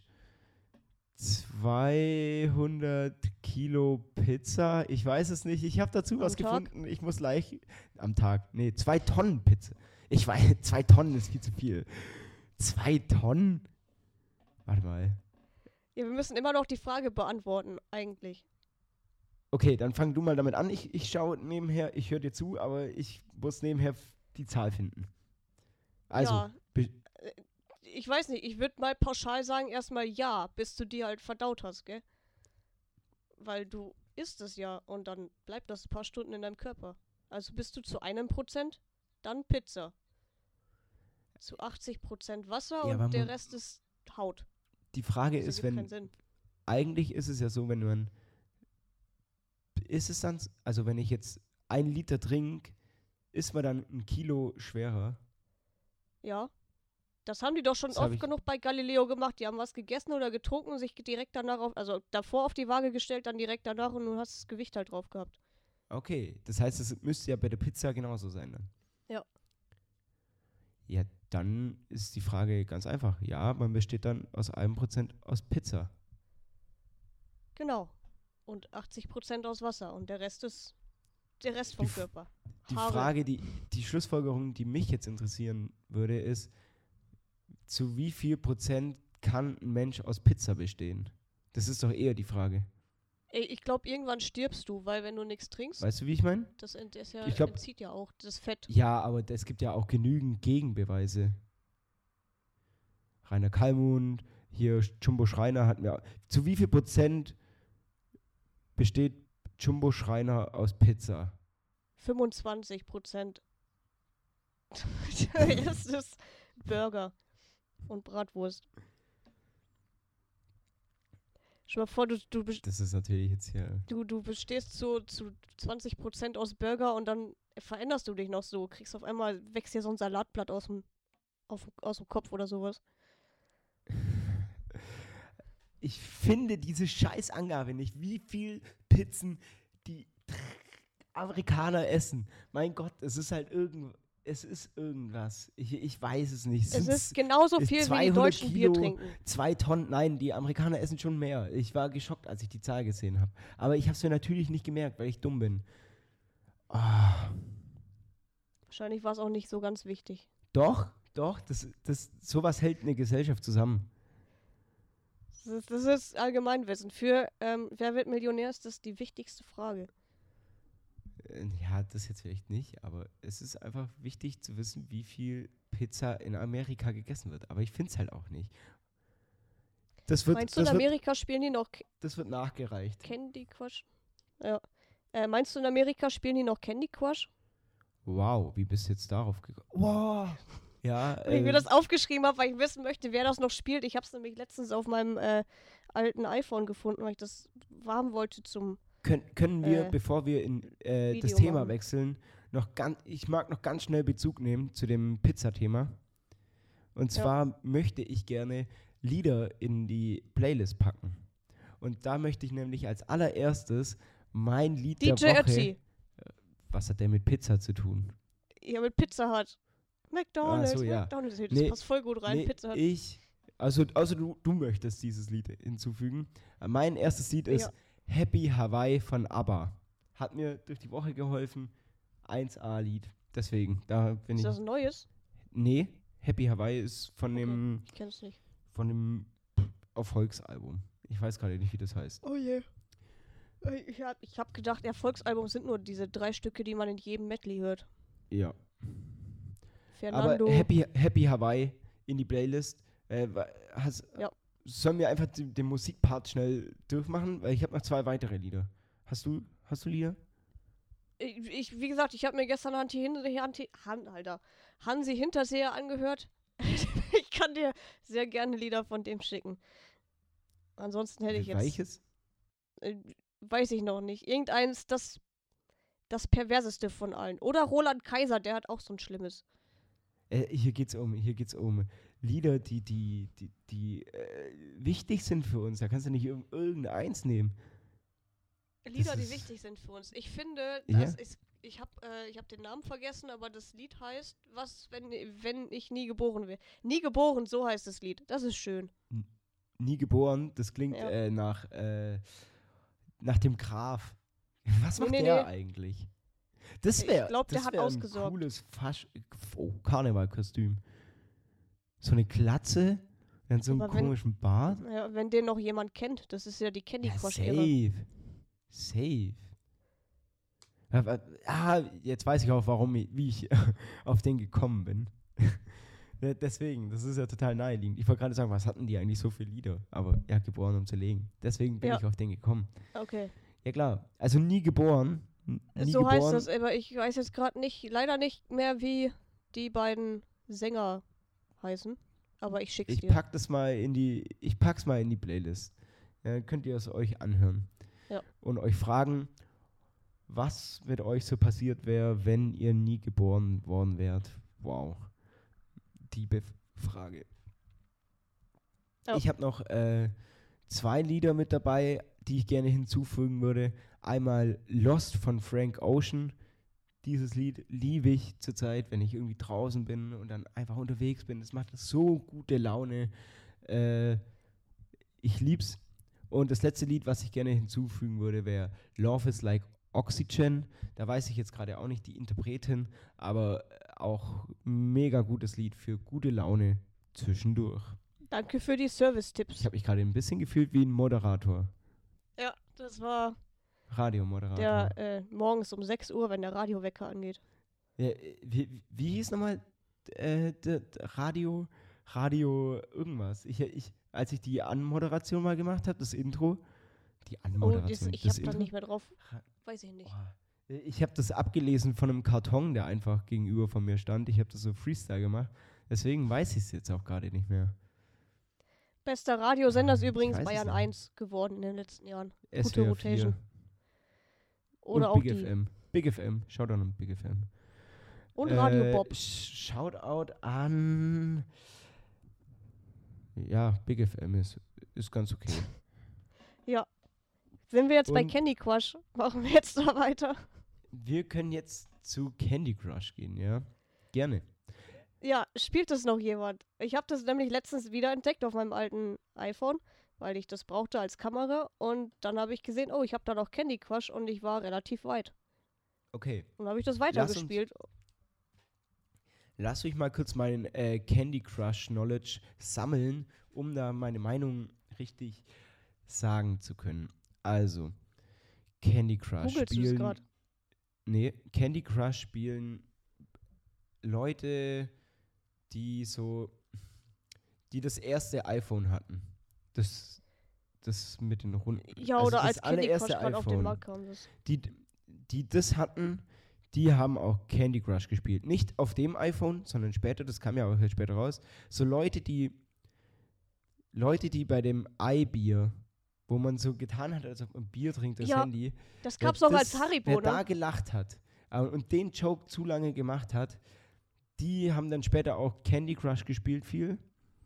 Speaker 2: zweihundert Kilo Pizza. Ich weiß es nicht. Ich habe dazu
Speaker 1: Am
Speaker 2: was
Speaker 1: Tag?
Speaker 2: gefunden. Ich muss gleich am Tag. Nee, zwei Tonnen Pizza. Ich weiß, zwei Tonnen ist viel zu viel. Zwei Tonnen? Warte mal.
Speaker 1: Ja, wir müssen immer noch die Frage beantworten, eigentlich.
Speaker 2: Okay, dann fang du mal damit an. Ich, ich schaue nebenher, ich höre dir zu, aber ich muss nebenher f- die Zahl finden. Also,
Speaker 1: Ja,
Speaker 2: be-
Speaker 1: äh, ich weiß nicht, ich würde mal pauschal sagen, erstmal ja, bis du die halt verdaut hast, gell? Weil du isst es ja und dann bleibt das ein paar Stunden in deinem Körper. Also bist du zu einem Prozent, dann Pizza. Zu achtzig Prozent Wasser
Speaker 2: Ja, aber
Speaker 1: und der
Speaker 2: man-
Speaker 1: Rest ist Haut.
Speaker 2: die Frage
Speaker 1: Das
Speaker 2: ist,
Speaker 1: ergibt
Speaker 2: wenn,
Speaker 1: keinen Sinn.
Speaker 2: eigentlich ist es ja so, wenn man, ist es dann, s- also wenn ich jetzt ein Liter trinke, ist man dann ein Kilo schwerer.
Speaker 1: Ja. Das haben die doch schon
Speaker 2: Das hab
Speaker 1: oft
Speaker 2: ich-
Speaker 1: genug bei Galileo gemacht. Die haben was gegessen oder getrunken und sich direkt danach auf, also davor auf die Waage gestellt, dann direkt danach und du hast das Gewicht halt drauf gehabt.
Speaker 2: Okay, das heißt, es müsste ja bei der Pizza genauso sein dann.
Speaker 1: Ja.
Speaker 2: Ja, dann ist die Frage ganz einfach. Ja, man besteht dann aus einem Prozent aus Pizza.
Speaker 1: Genau. Und achtzig Prozent aus Wasser und der Rest ist der Rest vom
Speaker 2: Die F-
Speaker 1: Körper.
Speaker 2: Die
Speaker 1: Haare.
Speaker 2: Frage, die, die Schlussfolgerung, die mich jetzt interessieren würde, ist, zu wie viel Prozent kann ein Mensch aus Pizza bestehen? Das ist doch eher die Frage.
Speaker 1: Ey, ich glaube, irgendwann stirbst du, weil wenn du nichts trinkst,
Speaker 2: Weißt du, wie ich meine?
Speaker 1: das, ent das ja,
Speaker 2: Ich glaub-
Speaker 1: entzieht ja auch das Fett.
Speaker 2: Ja, aber es gibt ja auch genügend Gegenbeweise. Rainer Kallmund, hier Jumbo Schreiner hat mir. Zu wie viel Prozent besteht Jumbo Schreiner aus Pizza?
Speaker 1: fünfundzwanzig Prozent. Der Rest ist Burger und Bratwurst. Stell dir mal vor, du, du, bes-
Speaker 2: Das ist natürlich jetzt hier.
Speaker 1: du, du bestehst zu, zu zwanzig Prozent aus Burger und dann veränderst du dich noch so. Kriegst auf einmal, wächst dir so ein Salatblatt aus dem, auf, aus dem Kopf oder sowas.
Speaker 2: Ich finde diese Scheißangabe nicht, wie viel Pizzen die Amerikaner essen. Mein Gott, es ist halt irgend, es ist irgendwas. Ich, ich weiß es nicht.
Speaker 1: Es
Speaker 2: Sind's
Speaker 1: ist genauso
Speaker 2: ist
Speaker 1: viel, wie die
Speaker 2: zweihundert
Speaker 1: Deutschen Bier
Speaker 2: Kilo,
Speaker 1: trinken.
Speaker 2: zwei Tonnen. Nein, die Amerikaner essen schon mehr. Ich war geschockt, als ich die Zahl gesehen habe. Aber ich habe es mir natürlich nicht gemerkt, weil ich dumm bin. Ah,
Speaker 1: Wahrscheinlich war es auch nicht so ganz wichtig.
Speaker 2: doch, doch, das, das, sowas hält eine Gesellschaft zusammen.
Speaker 1: Das ist, das ist Allgemeinwissen. Für ähm, Wer wird Millionär ist das die wichtigste Frage.
Speaker 2: Äh, Ja, das jetzt vielleicht nicht, aber es ist einfach wichtig zu wissen, wie viel Pizza in Amerika gegessen wird. Aber ich finde es halt auch nicht. Das wird,
Speaker 1: Meinst du, in
Speaker 2: das wird,
Speaker 1: Amerika spielen die noch K-
Speaker 2: das wird nachgereicht.
Speaker 1: Candy Crush? Ja. Äh, meinst du, in Amerika spielen die noch Candy Crush?
Speaker 2: Wow, wie bist du jetzt darauf gekommen? Wow! Ja,
Speaker 1: Weil ich mir
Speaker 2: äh,
Speaker 1: das aufgeschrieben habe, weil ich wissen möchte, wer das noch spielt. Ich habe es nämlich letztens auf meinem äh, alten iPhone gefunden, weil ich das haben wollte zum.
Speaker 2: können, können wir,
Speaker 1: äh,
Speaker 2: bevor wir in äh, das
Speaker 1: Video
Speaker 2: Thema
Speaker 1: machen.
Speaker 2: wechseln, noch ganz, ich mag noch ganz schnell Bezug nehmen zu dem Pizza-Thema. Und
Speaker 1: Ja.
Speaker 2: zwar möchte ich gerne Lieder in die Playlist packen. Und da möchte ich nämlich als allererstes mein Lied
Speaker 1: D J
Speaker 2: der Woche.
Speaker 1: Ötzi.
Speaker 2: Was hat der mit Pizza zu tun?
Speaker 1: Ja, mit Pizza Hut. McDonald's,
Speaker 2: Ach so, ja.
Speaker 1: McDonald's. Das
Speaker 2: Nee,
Speaker 1: passt voll gut rein,
Speaker 2: Nee,
Speaker 1: Pizza Hut.
Speaker 2: ich, also, also du, du möchtest dieses Lied hinzufügen. Äh, Mein erstes Lied ist
Speaker 1: Ja.
Speaker 2: Happy Hawaii von ABBA. Hat mir durch die Woche geholfen. eins A-Lied. Deswegen, da bin
Speaker 1: Ist
Speaker 2: ich.
Speaker 1: das ein neues?
Speaker 2: Nee, Happy Hawaii ist von
Speaker 1: Okay.
Speaker 2: dem,
Speaker 1: Ich kenn's nicht.
Speaker 2: von dem Erfolgsalbum. Ich weiß gerade nicht, wie das heißt.
Speaker 1: Oh je. Ich hab, ich hab gedacht, Erfolgsalbum sind nur diese drei Stücke, die man in jedem Medley hört.
Speaker 2: Ja.
Speaker 1: Fernando.
Speaker 2: Aber Happy, Happy Hawaii in die Playlist. Äh, wa- hast,
Speaker 1: Ja.
Speaker 2: Sollen wir einfach den, den Musikpart schnell durchmachen? Weil ich habe noch zwei weitere Lieder. Hast du, hast du Lieder?
Speaker 1: Ich, ich, wie gesagt, ich habe mir gestern Hansi, Hin- Hansi, Han, Alter, Hansi Hinterseher angehört. Ich kann dir sehr gerne Lieder von dem schicken. Ansonsten hätte ich jetzt,
Speaker 2: Welches?
Speaker 1: äh, weiß ich noch nicht. Irgendeins, das, das perverseste von allen. Oder Roland Kaiser, der hat auch so ein schlimmes.
Speaker 2: Äh, hier geht's um, hier geht's um Lieder, die, die, die, die äh, wichtig sind für uns. Da kannst du nicht irg- irgendeins nehmen.
Speaker 1: Lieder,
Speaker 2: Das
Speaker 1: die
Speaker 2: ist-
Speaker 1: wichtig sind für uns. Ich finde,
Speaker 2: Ja.
Speaker 1: das ist, ich habe äh, ich hab den Namen vergessen, aber das Lied heißt, was, wenn, wenn ich nie geboren wäre. Nie geboren, so heißt das Lied. Das ist schön.
Speaker 2: Nie geboren, das klingt
Speaker 1: Ja.
Speaker 2: äh, nach, äh, nach dem Graf. Was
Speaker 1: Nee,
Speaker 2: macht
Speaker 1: nee,
Speaker 2: der
Speaker 1: nee.
Speaker 2: eigentlich? Das
Speaker 1: Ich
Speaker 2: wäre
Speaker 1: glaub, der
Speaker 2: das
Speaker 1: hat
Speaker 2: wär ein
Speaker 1: ausgesorgt.
Speaker 2: cooles Fasch oh, Karnevalkostüm. So eine Glatze, dann so einen
Speaker 1: Aber wenn-
Speaker 2: komischen Bart.
Speaker 1: Ja, wenn den noch jemand kennt, das ist ja die Candy
Speaker 2: Ja,
Speaker 1: Crush-Ära.
Speaker 2: safe. Safe. Ja, wa- Ah, jetzt weiß ich auch, warum ich, wie ich auf den gekommen bin. Ja, deswegen, das ist ja total naheliegend. Ich wollte gerade sagen, was hatten die eigentlich so für Lieder? Aber ja, geboren, um zu legen. Deswegen bin
Speaker 1: Ja.
Speaker 2: ich auf den gekommen.
Speaker 1: Okay.
Speaker 2: Ja klar, also nie geboren. n- Nie
Speaker 1: so
Speaker 2: geboren.
Speaker 1: heißt das, aber ich weiß jetzt gerade nicht, leider nicht mehr, wie die beiden Sänger heißen. Aber ich schick's
Speaker 2: Ich
Speaker 1: dir.
Speaker 2: pack das mal in die, ich pack's mal in die Playlist. Ja, dann könnt ihr es euch anhören.
Speaker 1: Ja.
Speaker 2: Und euch fragen, was mit euch so passiert wäre, wenn ihr nie geboren worden wärt. Wow. Die Bef Frage.
Speaker 1: Ja.
Speaker 2: Ich habe noch äh, zwei Lieder mit dabei, die ich gerne hinzufügen würde. Einmal Lost von Frank Ocean. Dieses Lied liebe ich zurzeit, wenn ich irgendwie draußen bin und dann einfach unterwegs bin. Das macht so gute Laune. Äh, ich lieb's. Und das letzte Lied, was ich gerne hinzufügen würde, wäre Love is Like Oxygen. Da weiß ich jetzt gerade auch nicht die Interpretin, aber auch mega gutes Lied für gute Laune zwischendurch.
Speaker 1: Danke für die Service-Tipps.
Speaker 2: Ich habe mich gerade ein bisschen gefühlt wie ein Moderator.
Speaker 1: Ja, das war
Speaker 2: Radiomoderator.
Speaker 1: der äh, morgens um sechs Uhr, wenn der Radiowecker angeht.
Speaker 2: Ja, äh, wie, wie hieß nochmal äh, d- d- Radio, Radio irgendwas? Ich, ich, als ich die Anmoderation mal gemacht habe, das Intro, die
Speaker 1: Oh,
Speaker 2: Anmoderation,
Speaker 1: das, ich
Speaker 2: das
Speaker 1: hab da
Speaker 2: Intro?
Speaker 1: nicht mehr drauf.
Speaker 2: Ra-
Speaker 1: Weiß ich nicht.
Speaker 2: Boah. Ich habe das abgelesen von einem Karton, der einfach gegenüber von mir stand. Ich habe das so Freestyle gemacht. Deswegen weiß ich es jetzt auch gerade nicht mehr.
Speaker 1: Bester Radiosender ist
Speaker 2: Ich
Speaker 1: übrigens
Speaker 2: weiß es
Speaker 1: Bayern
Speaker 2: nicht.
Speaker 1: eins geworden in den letzten Jahren.
Speaker 2: S
Speaker 1: Gute
Speaker 2: W R
Speaker 1: Rotation.
Speaker 2: vier
Speaker 1: Oder
Speaker 2: und
Speaker 1: auch
Speaker 2: Big
Speaker 1: die.
Speaker 2: F M. Big F M. Shoutout an Big F M.
Speaker 1: Und Radio
Speaker 2: Äh,
Speaker 1: Bob.
Speaker 2: Sh- Shoutout an. Ja, Big F M ist, ist ganz okay.
Speaker 1: Ja. Sind wir jetzt bei
Speaker 2: und-
Speaker 1: Candy Crush? Machen wir jetzt da weiter?
Speaker 2: Wir können jetzt zu Candy Crush gehen, ja? Gerne.
Speaker 1: Ja, spielt das noch jemand? Ich habe das nämlich letztens wieder entdeckt auf meinem alten iPhone, weil ich das brauchte als Kamera. Und dann habe ich gesehen, oh, ich habe da noch Candy Crush und ich war relativ weit.
Speaker 2: Okay.
Speaker 1: Und dann habe ich das
Speaker 2: Lass uns-
Speaker 1: weitergespielt.
Speaker 2: Lass mich mal kurz meinen äh, Candy Crush Knowledge sammeln, um da meine Meinung richtig sagen zu können. Also, Candy Crush
Speaker 1: Googelst du es
Speaker 2: spielen.
Speaker 1: grad?
Speaker 2: Nee, Candy Crush spielen Leute, die so, die das erste iPhone hatten. Das, das mit den runden.
Speaker 1: Ja,
Speaker 2: also
Speaker 1: oder
Speaker 2: das
Speaker 1: als Candy Crush
Speaker 2: allererste
Speaker 1: gerade auf den
Speaker 2: iPhone.
Speaker 1: Markt kam. Das.
Speaker 2: Die, die das hatten, die haben auch Candy Crush gespielt. Nicht auf dem iPhone, sondern später, das kam ja auch jetzt später raus. So Leute, die Leute, die bei dem iBier, wo man so getan hat, als ob man Bier trinkt, das
Speaker 1: Ja,
Speaker 2: Handy.
Speaker 1: Das
Speaker 2: wer
Speaker 1: gab's auch
Speaker 2: das-
Speaker 1: als Haribo,
Speaker 2: Wer da
Speaker 1: ne?
Speaker 2: gelacht hat äh, und den Joke zu lange gemacht hat, die haben dann später auch Candy Crush gespielt viel.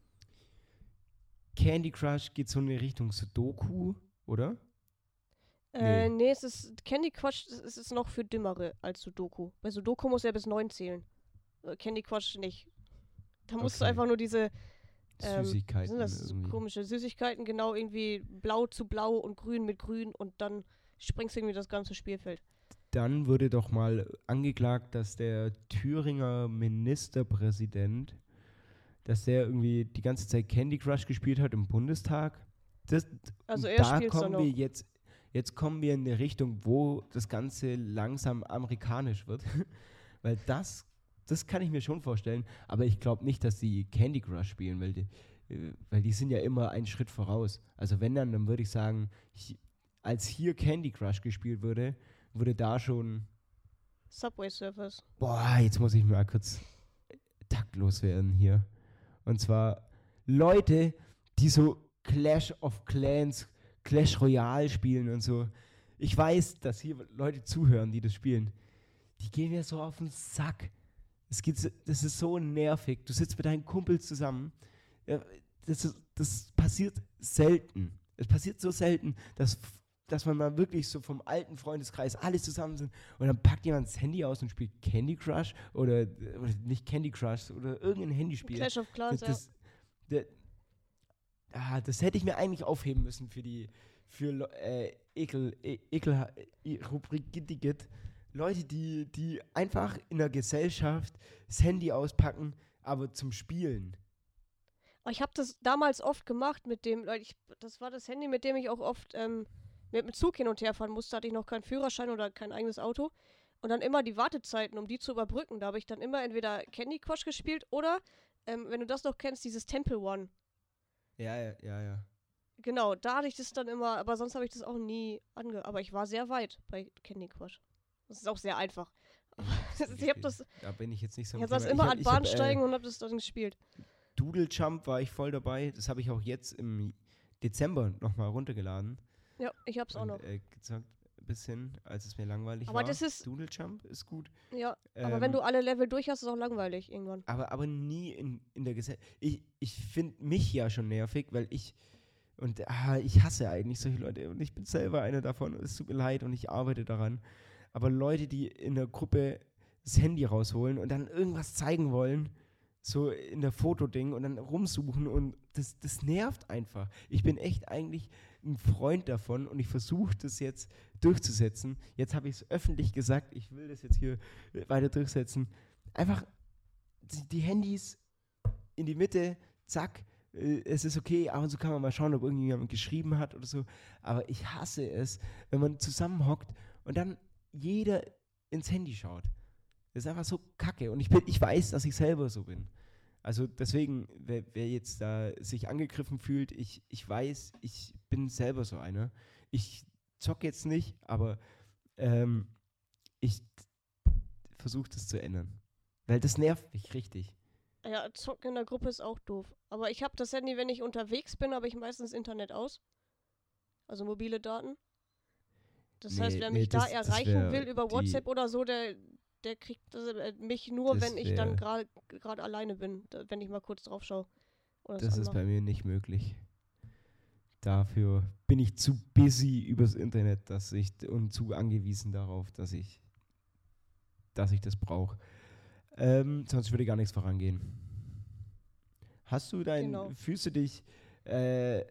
Speaker 2: Candy Crush geht so in die Richtung Sudoku, oder?
Speaker 1: Äh,
Speaker 2: Nee.
Speaker 1: nee, es ist Candy Crush, es ist- es ist noch für Dümmere als Sudoku. Bei Sudoku muss er bis neun zählen. Äh, Candy Crush nicht. Da musst du
Speaker 2: Okay.
Speaker 1: einfach nur diese, ähm,
Speaker 2: Süßigkeiten
Speaker 1: sind das so
Speaker 2: irgendwie.
Speaker 1: komische Süßigkeiten, genau irgendwie blau zu blau und grün mit grün und dann springst du irgendwie das ganze Spielfeld.
Speaker 2: Dann wurde doch mal angeklagt, dass der Thüringer Ministerpräsident, dass der irgendwie die ganze Zeit Candy Crush gespielt hat im Bundestag. Das,
Speaker 1: Also
Speaker 2: und
Speaker 1: er
Speaker 2: da
Speaker 1: spielt's dann
Speaker 2: kommen
Speaker 1: noch.
Speaker 2: wir jetzt, jetzt kommen wir in eine Richtung, wo das Ganze langsam amerikanisch wird. Weil das, das kann ich mir schon vorstellen, aber ich glaube nicht, dass die Candy Crush spielen, weil die, äh, weil die sind ja immer einen Schritt voraus. Also wenn dann, dann würde ich sagen, hi- als hier Candy Crush gespielt würde, würde da schon,
Speaker 1: Subway Surfers.
Speaker 2: boah, jetzt muss ich mal kurz taktlos werden hier. Und zwar Leute, die so Clash of Clans, Clash Royale spielen und so. Ich weiß, dass hier Leute zuhören, die das spielen. Die gehen mir so auf den Sack. Es geht, so- das ist so nervig. Du sitzt mit deinen Kumpels zusammen. Ja, das, ist, das passiert selten. Es passiert so selten, dass, dass man mal wirklich so vom alten Freundeskreis alle zusammen sind und dann packt jemand das Handy aus und spielt Candy Crush oder, oder nicht Candy Crush oder irgendein Handyspiel.
Speaker 1: Clash of Clans,
Speaker 2: das, das, das, ah, das hätte ich mir eigentlich aufheben müssen für die für Lo- äh, Ekel, e, Ekel, e, Rubrik Gittiget. Leute, die, die einfach in der Gesellschaft das Handy auspacken, aber zum Spielen.
Speaker 1: ja. Ich habe das damals oft gemacht mit dem, weil ich, das war das Handy, mit dem ich auch oft ähm, mit dem Zug hin und her fahren musste. Hatte ich noch keinen Führerschein oder kein eigenes Auto. Und dann immer die Wartezeiten, um die zu überbrücken. Da habe ich dann immer entweder Candy Crush gespielt oder, ähm, wenn du das noch kennst, dieses Temple One.
Speaker 2: Ja, ja, ja, ja.
Speaker 1: Genau, da hatte ich das dann immer, aber sonst habe ich das auch nie ange... Aber ich war sehr weit bei Candy Crush. Das ist auch sehr einfach. Aber ich habe das,
Speaker 2: Da bin ich jetzt nicht so
Speaker 1: ich
Speaker 2: im
Speaker 1: hab das
Speaker 2: Thema.
Speaker 1: immer
Speaker 2: ich hab,
Speaker 1: an
Speaker 2: ich
Speaker 1: Bahn
Speaker 2: hab,
Speaker 1: steigen
Speaker 2: äh,
Speaker 1: und habe das dann gespielt.
Speaker 2: Doodle Jump war ich voll dabei. Das habe ich auch jetzt im Dezember nochmal runtergeladen.
Speaker 1: Ja, ich hab's auch
Speaker 2: und,
Speaker 1: noch.
Speaker 2: Äh, gezockt ein bisschen, als es mir langweilig
Speaker 1: Aber
Speaker 2: war.
Speaker 1: das ist-
Speaker 2: Doodle Jump ist gut.
Speaker 1: Ja, aber
Speaker 2: Ähm,
Speaker 1: wenn du alle Level durch hast, ist es auch langweilig irgendwann.
Speaker 2: Aber, aber nie in, in der Gesellschaft. Ich, ich finde mich ja schon nervig, weil ich. Und ah, ich hasse eigentlich solche Leute. Und ich bin selber einer davon. Es tut mir leid und ich arbeite daran. Aber Leute, die in der Gruppe das Handy rausholen und dann irgendwas zeigen wollen, so in der Fotoding und dann rumsuchen und das, das nervt einfach. Ich bin echt eigentlich ein Freund davon und ich versuche das jetzt durchzusetzen. Jetzt habe ich es öffentlich gesagt, ich will das jetzt hier weiter durchsetzen. Einfach die, die Handys in die Mitte, zack, äh, es ist okay, ab und zu kann man mal schauen, ob irgendjemand geschrieben hat oder so, aber ich hasse es, wenn man zusammenhockt und dann jeder ins Handy schaut. Das ist einfach so kacke und ich, bin, ich weiß, dass ich selber so bin. Also deswegen, wer, wer jetzt da sich angegriffen fühlt, ich, ich weiß, ich bin selber so einer. Ich zocke jetzt nicht, aber ähm, ich versuche das zu ändern. Weil das nervt mich richtig.
Speaker 1: Ja, zocken in der Gruppe ist auch doof. Aber ich habe das Handy, wenn ich unterwegs bin, habe ich meistens Internet aus. Also mobile Daten. Das
Speaker 2: Nee,
Speaker 1: heißt, wer
Speaker 2: nee,
Speaker 1: mich
Speaker 2: das-
Speaker 1: da
Speaker 2: das
Speaker 1: erreichen
Speaker 2: wär
Speaker 1: will über
Speaker 2: die-
Speaker 1: WhatsApp oder so, der, der kriegt das, äh, mich nur,
Speaker 2: Das
Speaker 1: wenn ich dann
Speaker 2: wär-
Speaker 1: gerade alleine bin. Da, wenn ich mal kurz drauf schaue. Oder
Speaker 2: Das ist
Speaker 1: anmache.
Speaker 2: bei mir nicht möglich. Dafür bin ich zu busy übers Internet, dass ich und zu angewiesen darauf, dass ich, dass ich das brauche. Ähm, sonst würde gar nichts vorangehen. Hast du dein,
Speaker 1: Genau.
Speaker 2: fühlst du dich, äh,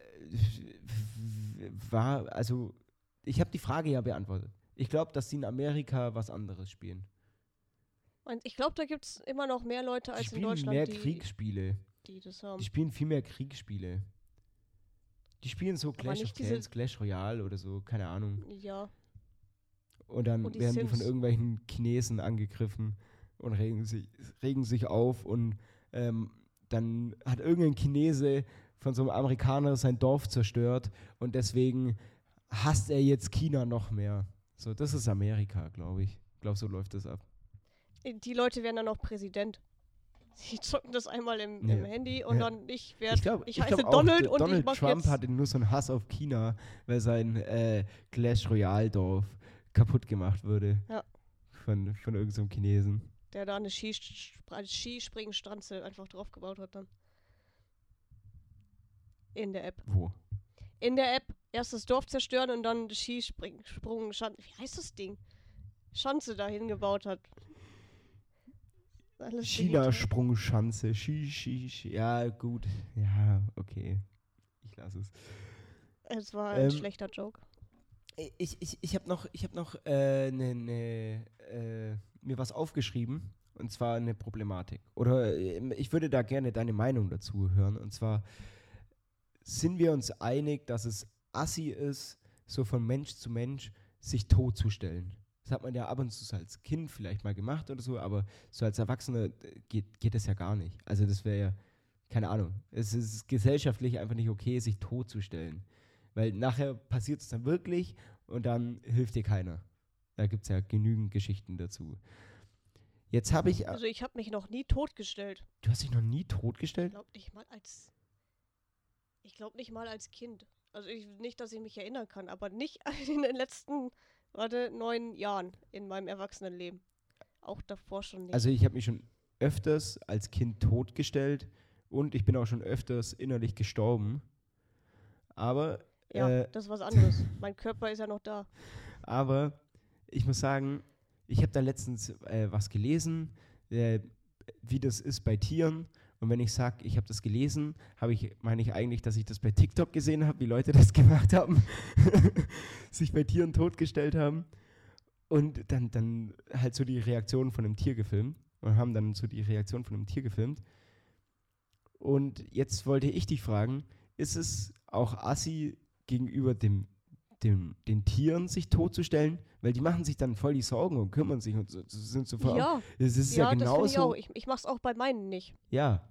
Speaker 2: war, also ich habe die Frage ja beantwortet. Ich glaube, dass sie in Amerika was anderes spielen.
Speaker 1: Und ich glaube, da gibt es immer noch mehr Leute
Speaker 2: Die
Speaker 1: als in
Speaker 2: spielen
Speaker 1: Deutschland,
Speaker 2: mehr
Speaker 1: die,
Speaker 2: Kriegsspiele.
Speaker 1: die das haben.
Speaker 2: Die spielen viel mehr Kriegsspiele. Die spielen so Clash of
Speaker 1: nicht diese-
Speaker 2: Clans, Clash Royale oder so, keine Ahnung.
Speaker 1: Ja,
Speaker 2: Und dann
Speaker 1: Und die
Speaker 2: werden die von
Speaker 1: Sims.
Speaker 2: irgendwelchen Chinesen angegriffen und regen sich, regen sich auf und ähm, dann hat irgendein Chinese von so einem Amerikaner sein Dorf zerstört und deswegen hasst er jetzt China noch mehr. So, das ist Amerika, glaube ich. Ich glaube, so läuft das ab.
Speaker 1: die Leute werden dann auch Präsident. Sie zocken das einmal im,
Speaker 2: Ja.
Speaker 1: im Handy und
Speaker 2: Ja.
Speaker 1: dann ich werde,
Speaker 2: Ich glaube,
Speaker 1: ich
Speaker 2: ich
Speaker 1: heiße
Speaker 2: glaub auch,
Speaker 1: Donald
Speaker 2: D-
Speaker 1: und
Speaker 2: Donald
Speaker 1: ich mache
Speaker 2: Trump
Speaker 1: jetzt...
Speaker 2: hatte nur so einen Hass auf China, weil sein äh, Clash Royale Dorf kaputt gemacht wurde.
Speaker 1: Ja.
Speaker 2: Von, von irgendeinem so einem Chinesen.
Speaker 1: Der da eine Skis- eine Skispringstanze einfach draufgebaut hat dann. In der App.
Speaker 2: Wo?
Speaker 1: In der App erst das Dorf zerstören und dann Skisprung, Sprung, Schan wie heißt das Ding? Schanze dahin gebaut hat. Alles digital.
Speaker 2: China-Sprungschanze. Ski, Ski, Ski. Ja, gut. Ja, okay. Ich lasse es.
Speaker 1: Es war ein
Speaker 2: Ähm,
Speaker 1: schlechter Joke.
Speaker 2: Ich, ich, ich habe noch, ich hab noch äh, ne, ne, äh, mir was aufgeschrieben. Und zwar eine Problematik. Oder äh, ich würde da gerne deine Meinung dazu hören. Und zwar sind wir uns einig, dass es assi ist, so von Mensch zu Mensch sich totzustellen. Das hat man ja ab und zu so als Kind vielleicht mal gemacht oder so, aber so als Erwachsener äh, geht, geht das ja gar nicht. Also das wäre ja, keine Ahnung, es ist gesellschaftlich einfach nicht okay, sich totzustellen. Weil nachher passiert es dann wirklich und dann hilft dir keiner. Da gibt es ja genügend Geschichten dazu. Jetzt habe ich,
Speaker 1: Also ich habe mich noch nie totgestellt.
Speaker 2: du hast dich noch nie
Speaker 1: Ich
Speaker 2: totgestellt?
Speaker 1: glaube nicht mal als... Ich glaube nicht mal als Kind. Also ich, nicht, dass ich mich erinnern kann, aber nicht in den letzten, warte, neun Jahren in meinem Erwachsenenleben. Auch davor schon nicht.
Speaker 2: Also ich habe mich schon öfters als Kind totgestellt und ich bin auch schon öfters innerlich gestorben. Aber
Speaker 1: Ja,
Speaker 2: äh,
Speaker 1: das ist was anderes. Mein Körper ist ja noch da.
Speaker 2: Aber ich muss sagen, ich habe da letztens äh, was gelesen, äh, wie das ist bei Tieren. Und wenn ich sage, ich habe das gelesen, habe ich, meine ich eigentlich, dass ich das bei TikTok gesehen habe, wie Leute das gemacht haben, sich bei Tieren totgestellt haben und dann, dann halt so die Reaktion von einem Tier gefilmt und haben dann so die Reaktion von einem Tier gefilmt. Und jetzt wollte ich dich fragen, ist es auch assi gegenüber dem, dem, den Tieren, sich totzustellen? Weil die machen sich dann voll die Sorgen und kümmern sich und so, sind so voll.
Speaker 1: Ja,
Speaker 2: Es ist ja,
Speaker 1: ja, das finde ich
Speaker 2: genauso.
Speaker 1: auch. Ich, ich mach's auch bei meinen nicht.
Speaker 2: Ja.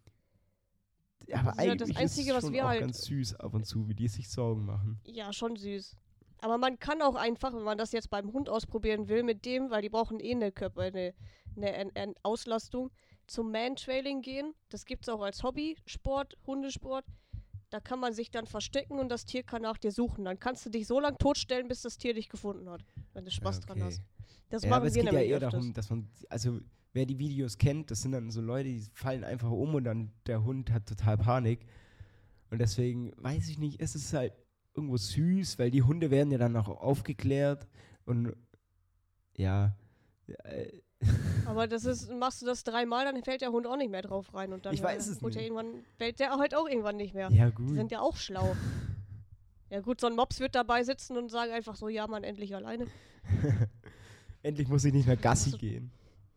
Speaker 2: Aber
Speaker 1: Das ist ja
Speaker 2: eigentlich
Speaker 1: das Einzige,
Speaker 2: ist es
Speaker 1: was
Speaker 2: schon
Speaker 1: wir
Speaker 2: auch
Speaker 1: halt-
Speaker 2: ganz süß ab und zu, wie die sich Sorgen machen.
Speaker 1: Ja, schon süß. Aber man kann auch einfach, wenn man das jetzt beim Hund ausprobieren will, mit dem, weil die brauchen eh eine Körper, eine, eine, eine, eine Auslastung, zum Mantrailing gehen. Das gibt's auch als Hobbysport, Hundesport. Da kann man sich dann verstecken und das Tier kann nach dir suchen. Dann kannst du dich so lange totstellen, bis das Tier dich gefunden hat, wenn du Spaß dran hast. Das
Speaker 2: Ja,
Speaker 1: machen
Speaker 2: aber es
Speaker 1: wir
Speaker 2: geht ja
Speaker 1: nämlich
Speaker 2: eher
Speaker 1: öfters.
Speaker 2: darum, dass man, also wer die Videos kennt, das sind dann so Leute, die fallen einfach um und dann der Hund hat total Panik. Und deswegen, weiß ich nicht, es ist halt irgendwo süß, weil die Hunde werden ja dann auch aufgeklärt und ja, äh,
Speaker 1: Aber das ist, machst du das dreimal, dann fällt der Hund auch nicht mehr drauf rein. Und dann
Speaker 2: Ich weiß
Speaker 1: äh,
Speaker 2: es
Speaker 1: holt er
Speaker 2: nicht.
Speaker 1: irgendwann, fällt der halt auch irgendwann nicht mehr.
Speaker 2: ja
Speaker 1: Die
Speaker 2: gut.
Speaker 1: sind ja auch schlau. Ja gut, so ein Mops wird dabei sitzen und sagen einfach so, ja Mann, endlich alleine.
Speaker 2: Endlich muss ich nicht mehr Gassi
Speaker 1: Also-
Speaker 2: gehen.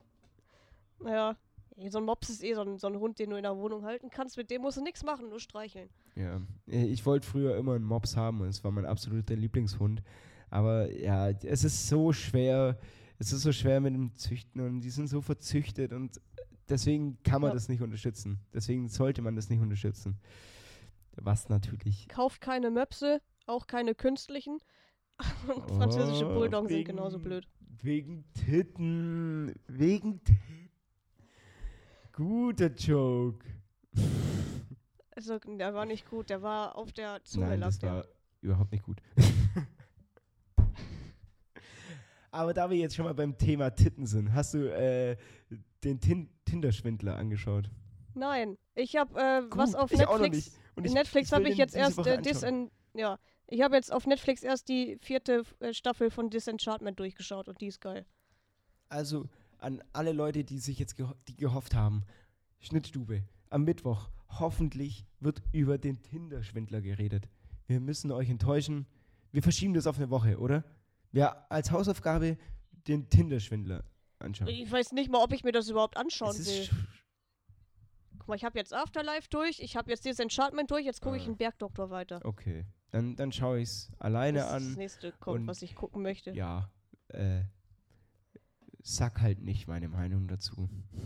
Speaker 1: Naja, eh, so ein Mops ist eh so ein, so ein Hund, den du in der Wohnung halten kannst. Mit dem musst du nichts machen, nur streicheln.
Speaker 2: Ja, äh, ich wollte früher immer einen Mops haben und es war mein absoluter Lieblingshund. Aber ja, es ist so schwer, es ist so schwer mit dem Züchten und die sind so verzüchtet und deswegen kann man
Speaker 1: Ja.
Speaker 2: das nicht unterstützen. Deswegen sollte man das nicht unterstützen. Was natürlich.
Speaker 1: Kauft keine Möpse, auch keine künstlichen. Und französische
Speaker 2: Oh,
Speaker 1: Bulldoggen sind
Speaker 2: wegen-
Speaker 1: genauso blöd.
Speaker 2: Wegen Titten. Wegen Titten. Guter Joke.
Speaker 1: Also, der war nicht gut, der war auf der Zunge
Speaker 2: Nein,
Speaker 1: lag
Speaker 2: das
Speaker 1: der.
Speaker 2: war überhaupt nicht gut. Aber da wir jetzt schon mal beim Thema Titten sind, hast du äh, den Tin- Tinder-Schwindler angeschaut?
Speaker 1: Nein, ich habe äh, was
Speaker 2: Gut,
Speaker 1: auf
Speaker 2: ich auch noch
Speaker 1: Netflix.
Speaker 2: nicht. Und ich,
Speaker 1: Netflix
Speaker 2: ich will
Speaker 1: habe ich
Speaker 2: den
Speaker 1: jetzt
Speaker 2: diese
Speaker 1: erst
Speaker 2: Woche
Speaker 1: äh, Dis
Speaker 2: anschauen.
Speaker 1: en, ja, ich habe jetzt auf Netflix erst die vierte äh, Staffel von Disenchantment durchgeschaut und die ist geil.
Speaker 2: Also an alle Leute, die sich jetzt geho die gehofft haben, Schnittstube, am Mittwoch, hoffentlich wird über den Tinder-Schwindler geredet. Wir müssen euch enttäuschen. Wir verschieben das auf eine Woche, oder? Ja, als Hausaufgabe den Tinder-Schwindler anschauen.
Speaker 1: Ich weiß nicht mal, ob ich mir das überhaupt anschauen
Speaker 2: Es ist
Speaker 1: will.
Speaker 2: sch-
Speaker 1: Guck mal, ich habe jetzt Afterlife durch, ich habe jetzt Disenchantment durch, jetzt gucke ich
Speaker 2: Ah.
Speaker 1: einen Bergdoktor weiter.
Speaker 2: okay, dann, dann schaue ich es alleine
Speaker 1: Das ist das
Speaker 2: an.
Speaker 1: nächste kommt,
Speaker 2: und-
Speaker 1: was ich gucken möchte.
Speaker 2: Ja, äh, sag halt nicht meine Meinung dazu.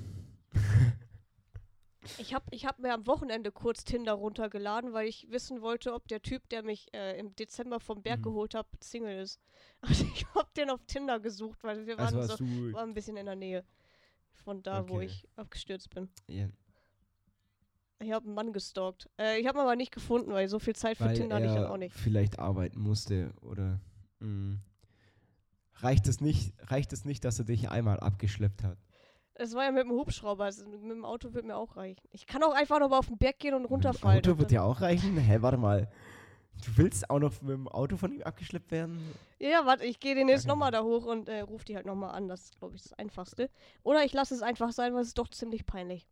Speaker 1: Ich habe ich hab mir am Wochenende kurz Tinder runtergeladen, weil ich wissen wollte, ob der Typ, der mich äh, im Dezember vom Berg
Speaker 2: Mhm.
Speaker 1: geholt hat, Single ist. Also ich habe den auf Tinder gesucht, weil wir waren
Speaker 2: Also
Speaker 1: so,
Speaker 2: hast du,
Speaker 1: waren ein bisschen in der Nähe von da, wo
Speaker 2: Okay.
Speaker 1: ich abgestürzt bin.
Speaker 2: ja,
Speaker 1: Ich habe einen Mann gestalkt. Äh, ich habe ihn aber nicht gefunden, weil so viel Zeit für
Speaker 2: weil
Speaker 1: Tinder hatte ich dann
Speaker 2: er
Speaker 1: auch nicht.
Speaker 2: vielleicht arbeiten musste oder mh, reicht es nicht, reicht es nicht, dass er dich einmal abgeschleppt hat?
Speaker 1: Es war ja mit dem Hubschrauber, also mit dem Auto wird mir auch reichen. Ich kann auch einfach noch mal auf den Berg gehen und
Speaker 2: Mit
Speaker 1: runterfallen.
Speaker 2: dem Auto
Speaker 1: und
Speaker 2: wird
Speaker 1: dann-
Speaker 2: ja auch reichen? Hä, warte mal. Du willst auch noch mit dem Auto von ihm abgeschleppt werden?
Speaker 1: Ja, warte, ich gehe den jetzt
Speaker 2: Okay.
Speaker 1: nochmal da hoch und äh, ruf die halt nochmal an. Das ist, glaube ich, das Einfachste. Oder ich lasse es einfach sein, weil es ist doch ziemlich peinlich.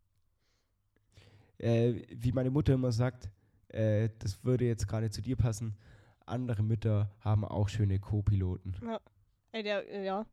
Speaker 2: Äh, wie meine Mutter immer sagt, äh, das würde jetzt gerade zu dir passen, andere Mütter haben auch schöne Co-Piloten.
Speaker 1: Ey, der, äh, ja.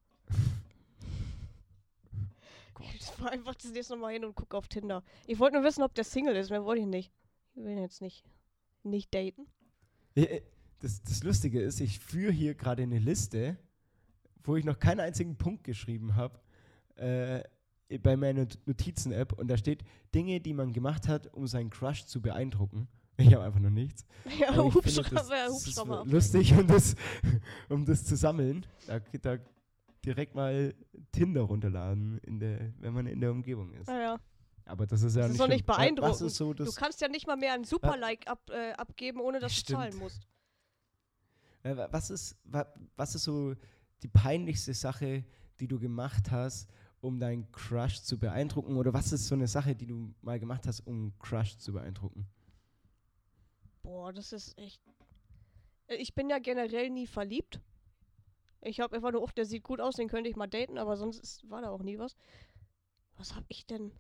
Speaker 2: Gott.
Speaker 1: Ich fahr einfach das nächste Mal hin und gucke auf Tinder. Ich wollte nur wissen, ob der Single ist. Mehr wollte ich nicht. Ich will ihn jetzt nicht, nicht daten.
Speaker 2: Äh, Das, das Lustige ist, ich führe hier gerade eine Liste, wo ich noch keinen einzigen Punkt geschrieben habe, äh, bei meiner Not- Notizen-App und da steht Dinge, die man gemacht hat, um seinen Crush zu beeindrucken. Ich habe einfach noch nichts.
Speaker 1: Ja,
Speaker 2: Aber ich finde,
Speaker 1: Hubschrauber,
Speaker 2: das,
Speaker 1: ja,
Speaker 2: das ist
Speaker 1: Hubschrauber.
Speaker 2: lustig, um das, um das zu sammeln. Da, da direkt mal Tinder runterladen, in der, wenn man in der Umgebung ist.
Speaker 1: Ah, ja.
Speaker 2: Aber das ist ja
Speaker 1: Das ist
Speaker 2: nicht
Speaker 1: doch
Speaker 2: schlimm.
Speaker 1: nicht
Speaker 2: Wa- Was
Speaker 1: beeindruckend.
Speaker 2: ist so
Speaker 1: Du
Speaker 2: das,
Speaker 1: kannst ja nicht mal mehr ein Super-Like ab, äh, abgeben, ohne dass du
Speaker 2: Stimmt.
Speaker 1: zahlen musst.
Speaker 2: äh, wa- was ist, wa- was ist so die peinlichste Sache, die du gemacht hast, um deinen Crush zu beeindrucken? Oder was ist so eine Sache, die du mal gemacht hast, um Crush zu beeindrucken?
Speaker 1: Boah, das ist echt. Äh, Ich bin ja generell nie verliebt. Ich habe einfach nur, oh, der sieht gut aus, den könnte ich mal daten, aber sonst ist, war da auch nie was. Was hab ich denn?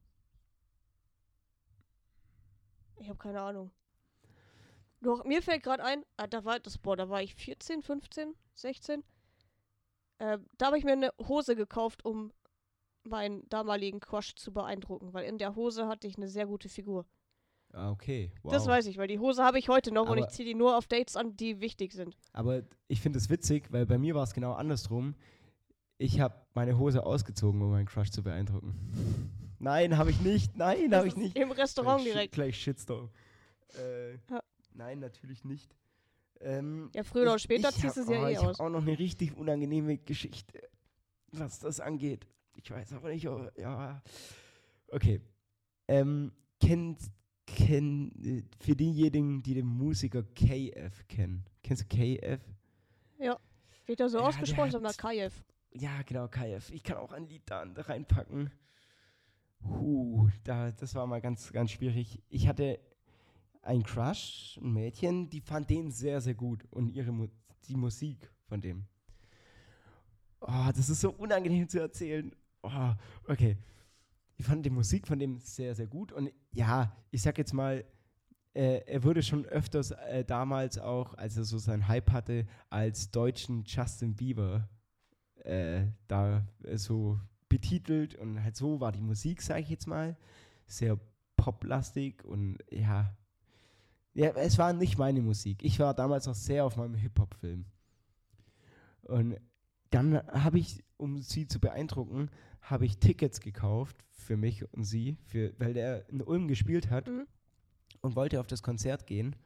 Speaker 1: Ich habe keine Ahnung. Doch, mir fällt gerade ein, ah, da war das, boah, da war ich vierzehn, fünfzehn, sechzehn. Äh, da habe ich mir eine Hose gekauft, um meinen damaligen Crush zu beeindrucken, weil in der Hose hatte ich eine sehr gute Figur.
Speaker 2: Ah, okay. Wow.
Speaker 1: Das weiß ich, weil die Hose habe ich heute noch und
Speaker 2: Aber-
Speaker 1: ich ziehe die nur auf Dates an, die wichtig sind.
Speaker 2: Aber ich finde es witzig, weil bei mir war es genau andersrum. Ich habe meine Hose ausgezogen, um meinen Crush zu beeindrucken. Nein, habe ich nicht. Nein, habe ich nicht.
Speaker 1: Im Restaurant
Speaker 2: Gleich Shi-
Speaker 1: direkt.
Speaker 2: Gleich Shitstorm. Äh,
Speaker 1: Ja.
Speaker 2: Nein, natürlich nicht. Ähm,
Speaker 1: Ja, früher oder
Speaker 2: ich-
Speaker 1: später
Speaker 2: ich
Speaker 1: ziehst
Speaker 2: hab-
Speaker 1: du es ja
Speaker 2: oh,
Speaker 1: eh
Speaker 2: Ich habe
Speaker 1: aus.
Speaker 2: auch noch eine richtig unangenehme Geschichte, was das angeht. Ich weiß aber nicht, ob, ja. Okay. Ähm, kennt, kenn, äh, für diejenigen, die den Musiker K F kennen. Kennst du K F?
Speaker 1: Wird ja so
Speaker 2: Ja, der
Speaker 1: ausgesprochen,
Speaker 2: hat-
Speaker 1: sondern Kajew.
Speaker 2: Ja, genau, K F. Ich kann auch ein Lied da, da reinpacken. Huh, da, das war mal ganz, ganz schwierig. Ich hatte einen Crush, ein Mädchen, die fand den sehr, sehr gut und ihre Mu die Musik von dem. Oh, das ist so unangenehm zu erzählen. Oh, okay. Ich fand die Musik von dem sehr, sehr gut und ja, ich sag jetzt mal, äh, er wurde schon öfters äh, damals auch, als er so seinen Hype hatte, als deutschen Justin Bieber äh, da äh, so betitelt und halt so war die Musik, sage ich jetzt mal, sehr poplastig und ja, ja, es war nicht meine Musik. Ich war damals noch sehr auf meinem Hip-Hop-Film. Und dann habe ich, um sie zu beeindrucken, habe ich Tickets gekauft für mich und sie, für, weil der in Ulm gespielt hat
Speaker 1: Mhm.
Speaker 2: und wollte auf das Konzert gehen.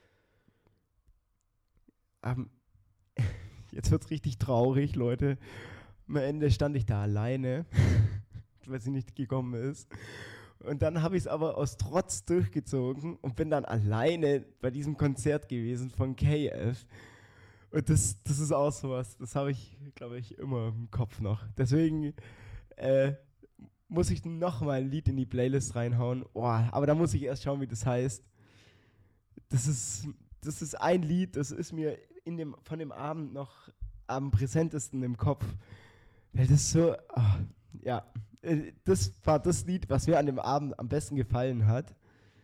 Speaker 2: Aber jetzt wird es richtig traurig, Leute. Am Ende stand ich da alleine, weil sie nicht gekommen ist. Und dann habe ich es aber aus Trotz durchgezogen und bin dann alleine bei diesem Konzert gewesen von K F. Und das, das ist auch sowas, das habe ich, glaube ich, immer im Kopf noch. Deswegen äh, muss ich nochmal ein Lied in die Playlist reinhauen. Oh, aber da muss ich erst schauen, wie das heißt. Das ist, das ist ein Lied, das ist mir in dem, von dem Abend noch am präsentesten im Kopf. Weil das so, ah, ja, äh, das war das Lied, was mir an dem Abend am besten gefallen hat.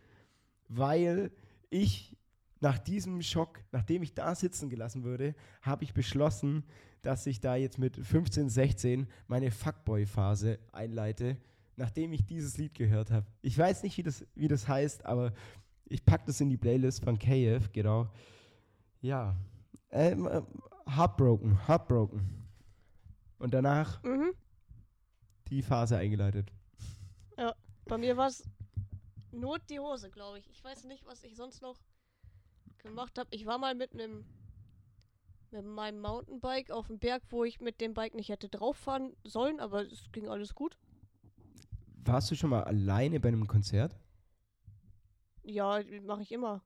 Speaker 2: Weil ich nach diesem Schock, nachdem ich da sitzen gelassen wurde, habe ich beschlossen, dass ich da jetzt mit fünfzehn, sechzehn meine Fuckboy-Phase einleite, nachdem ich dieses Lied gehört habe. Ich weiß nicht, wie das, wie das heißt, aber ich packe das in die Playlist von K F, genau. Ja, ähm, äh, Heartbroken, Heartbroken. Und danach
Speaker 1: Mhm.
Speaker 2: die Phase eingeleitet.
Speaker 1: Bei mir war es Not die Hose, glaube ich. Ich weiß nicht, was ich sonst noch gemacht habe. Ich war mal mit einem mit meinem Mountainbike auf dem Berg, wo ich mit dem Bike nicht hätte drauffahren sollen, aber es ging alles gut.
Speaker 2: Warst du schon mal alleine bei einem Konzert?
Speaker 1: Ja, mache ich immer.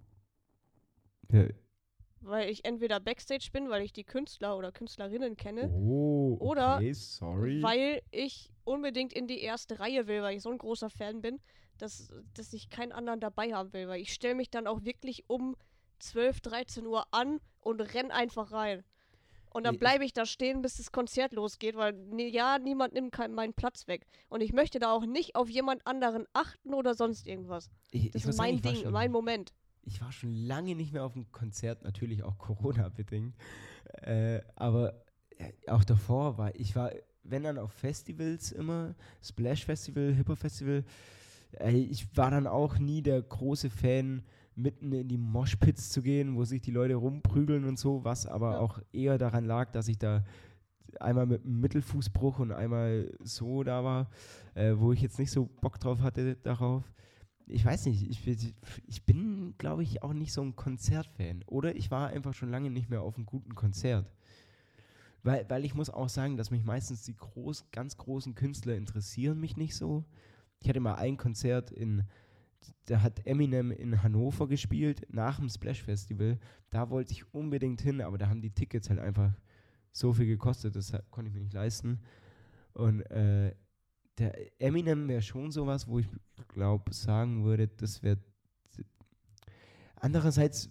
Speaker 2: Ja.
Speaker 1: Weil ich entweder Backstage bin, weil ich die Künstler oder Künstlerinnen kenne,
Speaker 2: Oh,
Speaker 1: Oder
Speaker 2: okay, sorry.
Speaker 1: weil ich unbedingt in die erste Reihe will, weil ich so ein großer Fan bin, dass, dass ich keinen anderen dabei haben will. Weil ich stelle mich dann auch wirklich um zwölf, dreizehn Uhr an und renn einfach rein. Und dann
Speaker 2: Ich-
Speaker 1: bleibe ich da stehen, bis das Konzert losgeht, weil nee, ja, niemand nimmt kein, meinen Platz weg. Und ich möchte da auch nicht auf jemand anderen achten oder sonst irgendwas.
Speaker 2: ich,
Speaker 1: Das
Speaker 2: ich muss
Speaker 1: ist
Speaker 2: sagen,
Speaker 1: mein
Speaker 2: ich war
Speaker 1: Ding,
Speaker 2: schon,
Speaker 1: mein Moment.
Speaker 2: Ich war schon lange nicht mehr auf einem Konzert, natürlich auch Corona-bedingt. Äh, aber äh, auch davor war ich war, wenn dann auf Festivals immer, Splash Festival, Hip-Hop Festival, äh, ich war dann auch nie der große Fan, mitten in die Moshpits zu gehen, wo sich die Leute rumprügeln und so, was aber
Speaker 1: Ja.
Speaker 2: auch eher daran lag, dass ich da einmal mit einem Mittelfußbruch und einmal so da war, äh, wo ich jetzt nicht so Bock drauf hatte darauf. Ich weiß nicht, ich, bin- ich bin, glaube ich, auch nicht so ein Konzertfan. Oder ich war einfach schon lange nicht mehr auf einem guten Konzert. Weil, weil ich muss auch sagen, dass mich meistens die groß, ganz großen Künstler interessieren mich nicht so. Ich hatte mal ein Konzert in, da hat Eminem in Hannover gespielt, nach dem Splash Festival. Da wollte ich unbedingt hin, aber da haben die Tickets halt einfach so viel gekostet, das ha- konnte ich mir nicht leisten. Und äh, der Eminem wäre schon sowas, wo ich glaube, sagen würde, das wäre. Andererseits,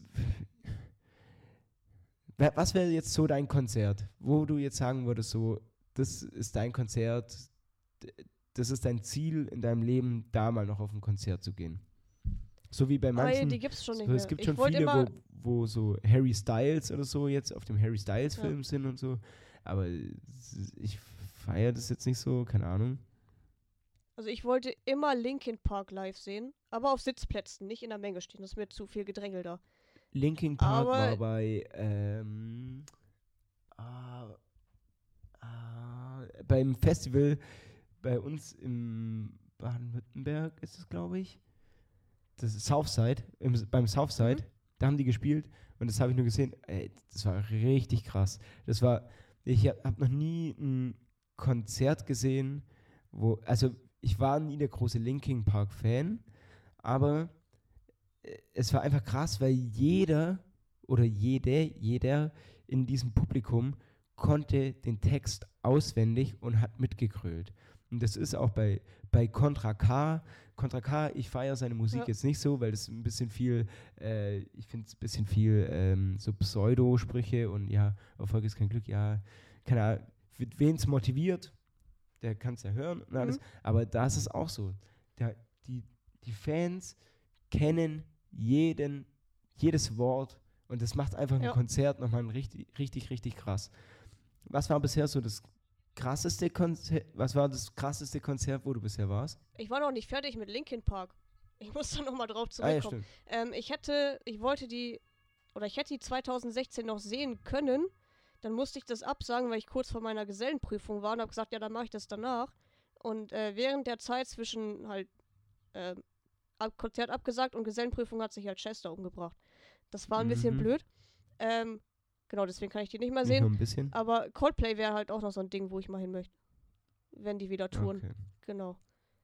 Speaker 2: wa- was wäre jetzt so dein Konzert, wo du jetzt sagen würdest, so, das ist dein Konzert, d- das ist dein Ziel in deinem Leben, da mal noch auf ein Konzert zu gehen? So wie bei
Speaker 1: Aber
Speaker 2: manchen.
Speaker 1: die gibt's schon nicht
Speaker 2: So,
Speaker 1: mehr.
Speaker 2: es gibt
Speaker 1: Ich
Speaker 2: schon
Speaker 1: wollte
Speaker 2: viele,
Speaker 1: immer,
Speaker 2: wo, wo so Harry Styles oder so jetzt auf dem Harry
Speaker 1: Ja.
Speaker 2: Styles-Film sind und so. Aber s- ich feiere das jetzt nicht so, keine Ahnung.
Speaker 1: also ich wollte immer Linkin Park live sehen, aber auf Sitzplätzen, nicht in der Menge stehen. Das ist mir zu viel Gedrängel da.
Speaker 2: Linkin Park
Speaker 1: Aber-
Speaker 2: war bei ähm, ah, ah, beim Festival bei uns im Baden-Württemberg ist es, glaube ich. Das ist Southside, im, beim Southside,
Speaker 1: Mhm.
Speaker 2: da haben die gespielt und das habe ich nur gesehen. Ey, das war richtig krass. Das war, ich habe noch nie ein Konzert gesehen, wo, also ich war nie der große Linkin Park Fan, aber äh, es war einfach krass, weil jeder oder jede, jeder in diesem Publikum konnte den Text auswendig und hat mitgegrölt. Und das ist auch bei, bei Contra K. Contra K, ich feiere seine Musik
Speaker 1: Ja.
Speaker 2: jetzt nicht so, weil das ein bisschen viel, äh, ich finde es ein bisschen viel ähm, so Pseudo-Sprüche und ja, Erfolg ist kein Glück, ja, keine Ahnung, wen es motiviert, der kann es ja hören und alles.
Speaker 1: Mhm.
Speaker 2: Aber da ist es auch so. Der, die, die Fans kennen jeden, jedes Wort und das macht einfach
Speaker 1: Ja.
Speaker 2: ein Konzert nochmal ein richtig, richtig, richtig krass. Was war bisher so das krasseste Konzert, was war das krasseste Konzert, wo du bisher warst?
Speaker 1: Ich war noch nicht fertig mit Linkin Park. Ich muss da nochmal drauf
Speaker 2: Ah ja,
Speaker 1: zurückkommen.
Speaker 2: stimmt.
Speaker 1: ähm, ich hätte, ich wollte die, oder ich hätte die zwanzig sechzehn noch sehen können. Dann musste ich das absagen, weil ich kurz vor meiner Gesellenprüfung war und habe gesagt, ja, dann mache ich das danach. Und äh, während der Zeit zwischen halt ähm, Ab Konzert abgesagt und Gesellenprüfung hat sich halt Chester umgebracht. Das war ein bisschen
Speaker 2: Mhm.
Speaker 1: blöd. Ähm, genau, deswegen kann ich die nicht mehr
Speaker 2: Nicht
Speaker 1: sehen.
Speaker 2: nur ein bisschen.
Speaker 1: Aber Coldplay wäre halt auch noch so ein Ding, wo ich mal hin möchte. Wenn die wieder touren.
Speaker 2: Okay.
Speaker 1: Genau.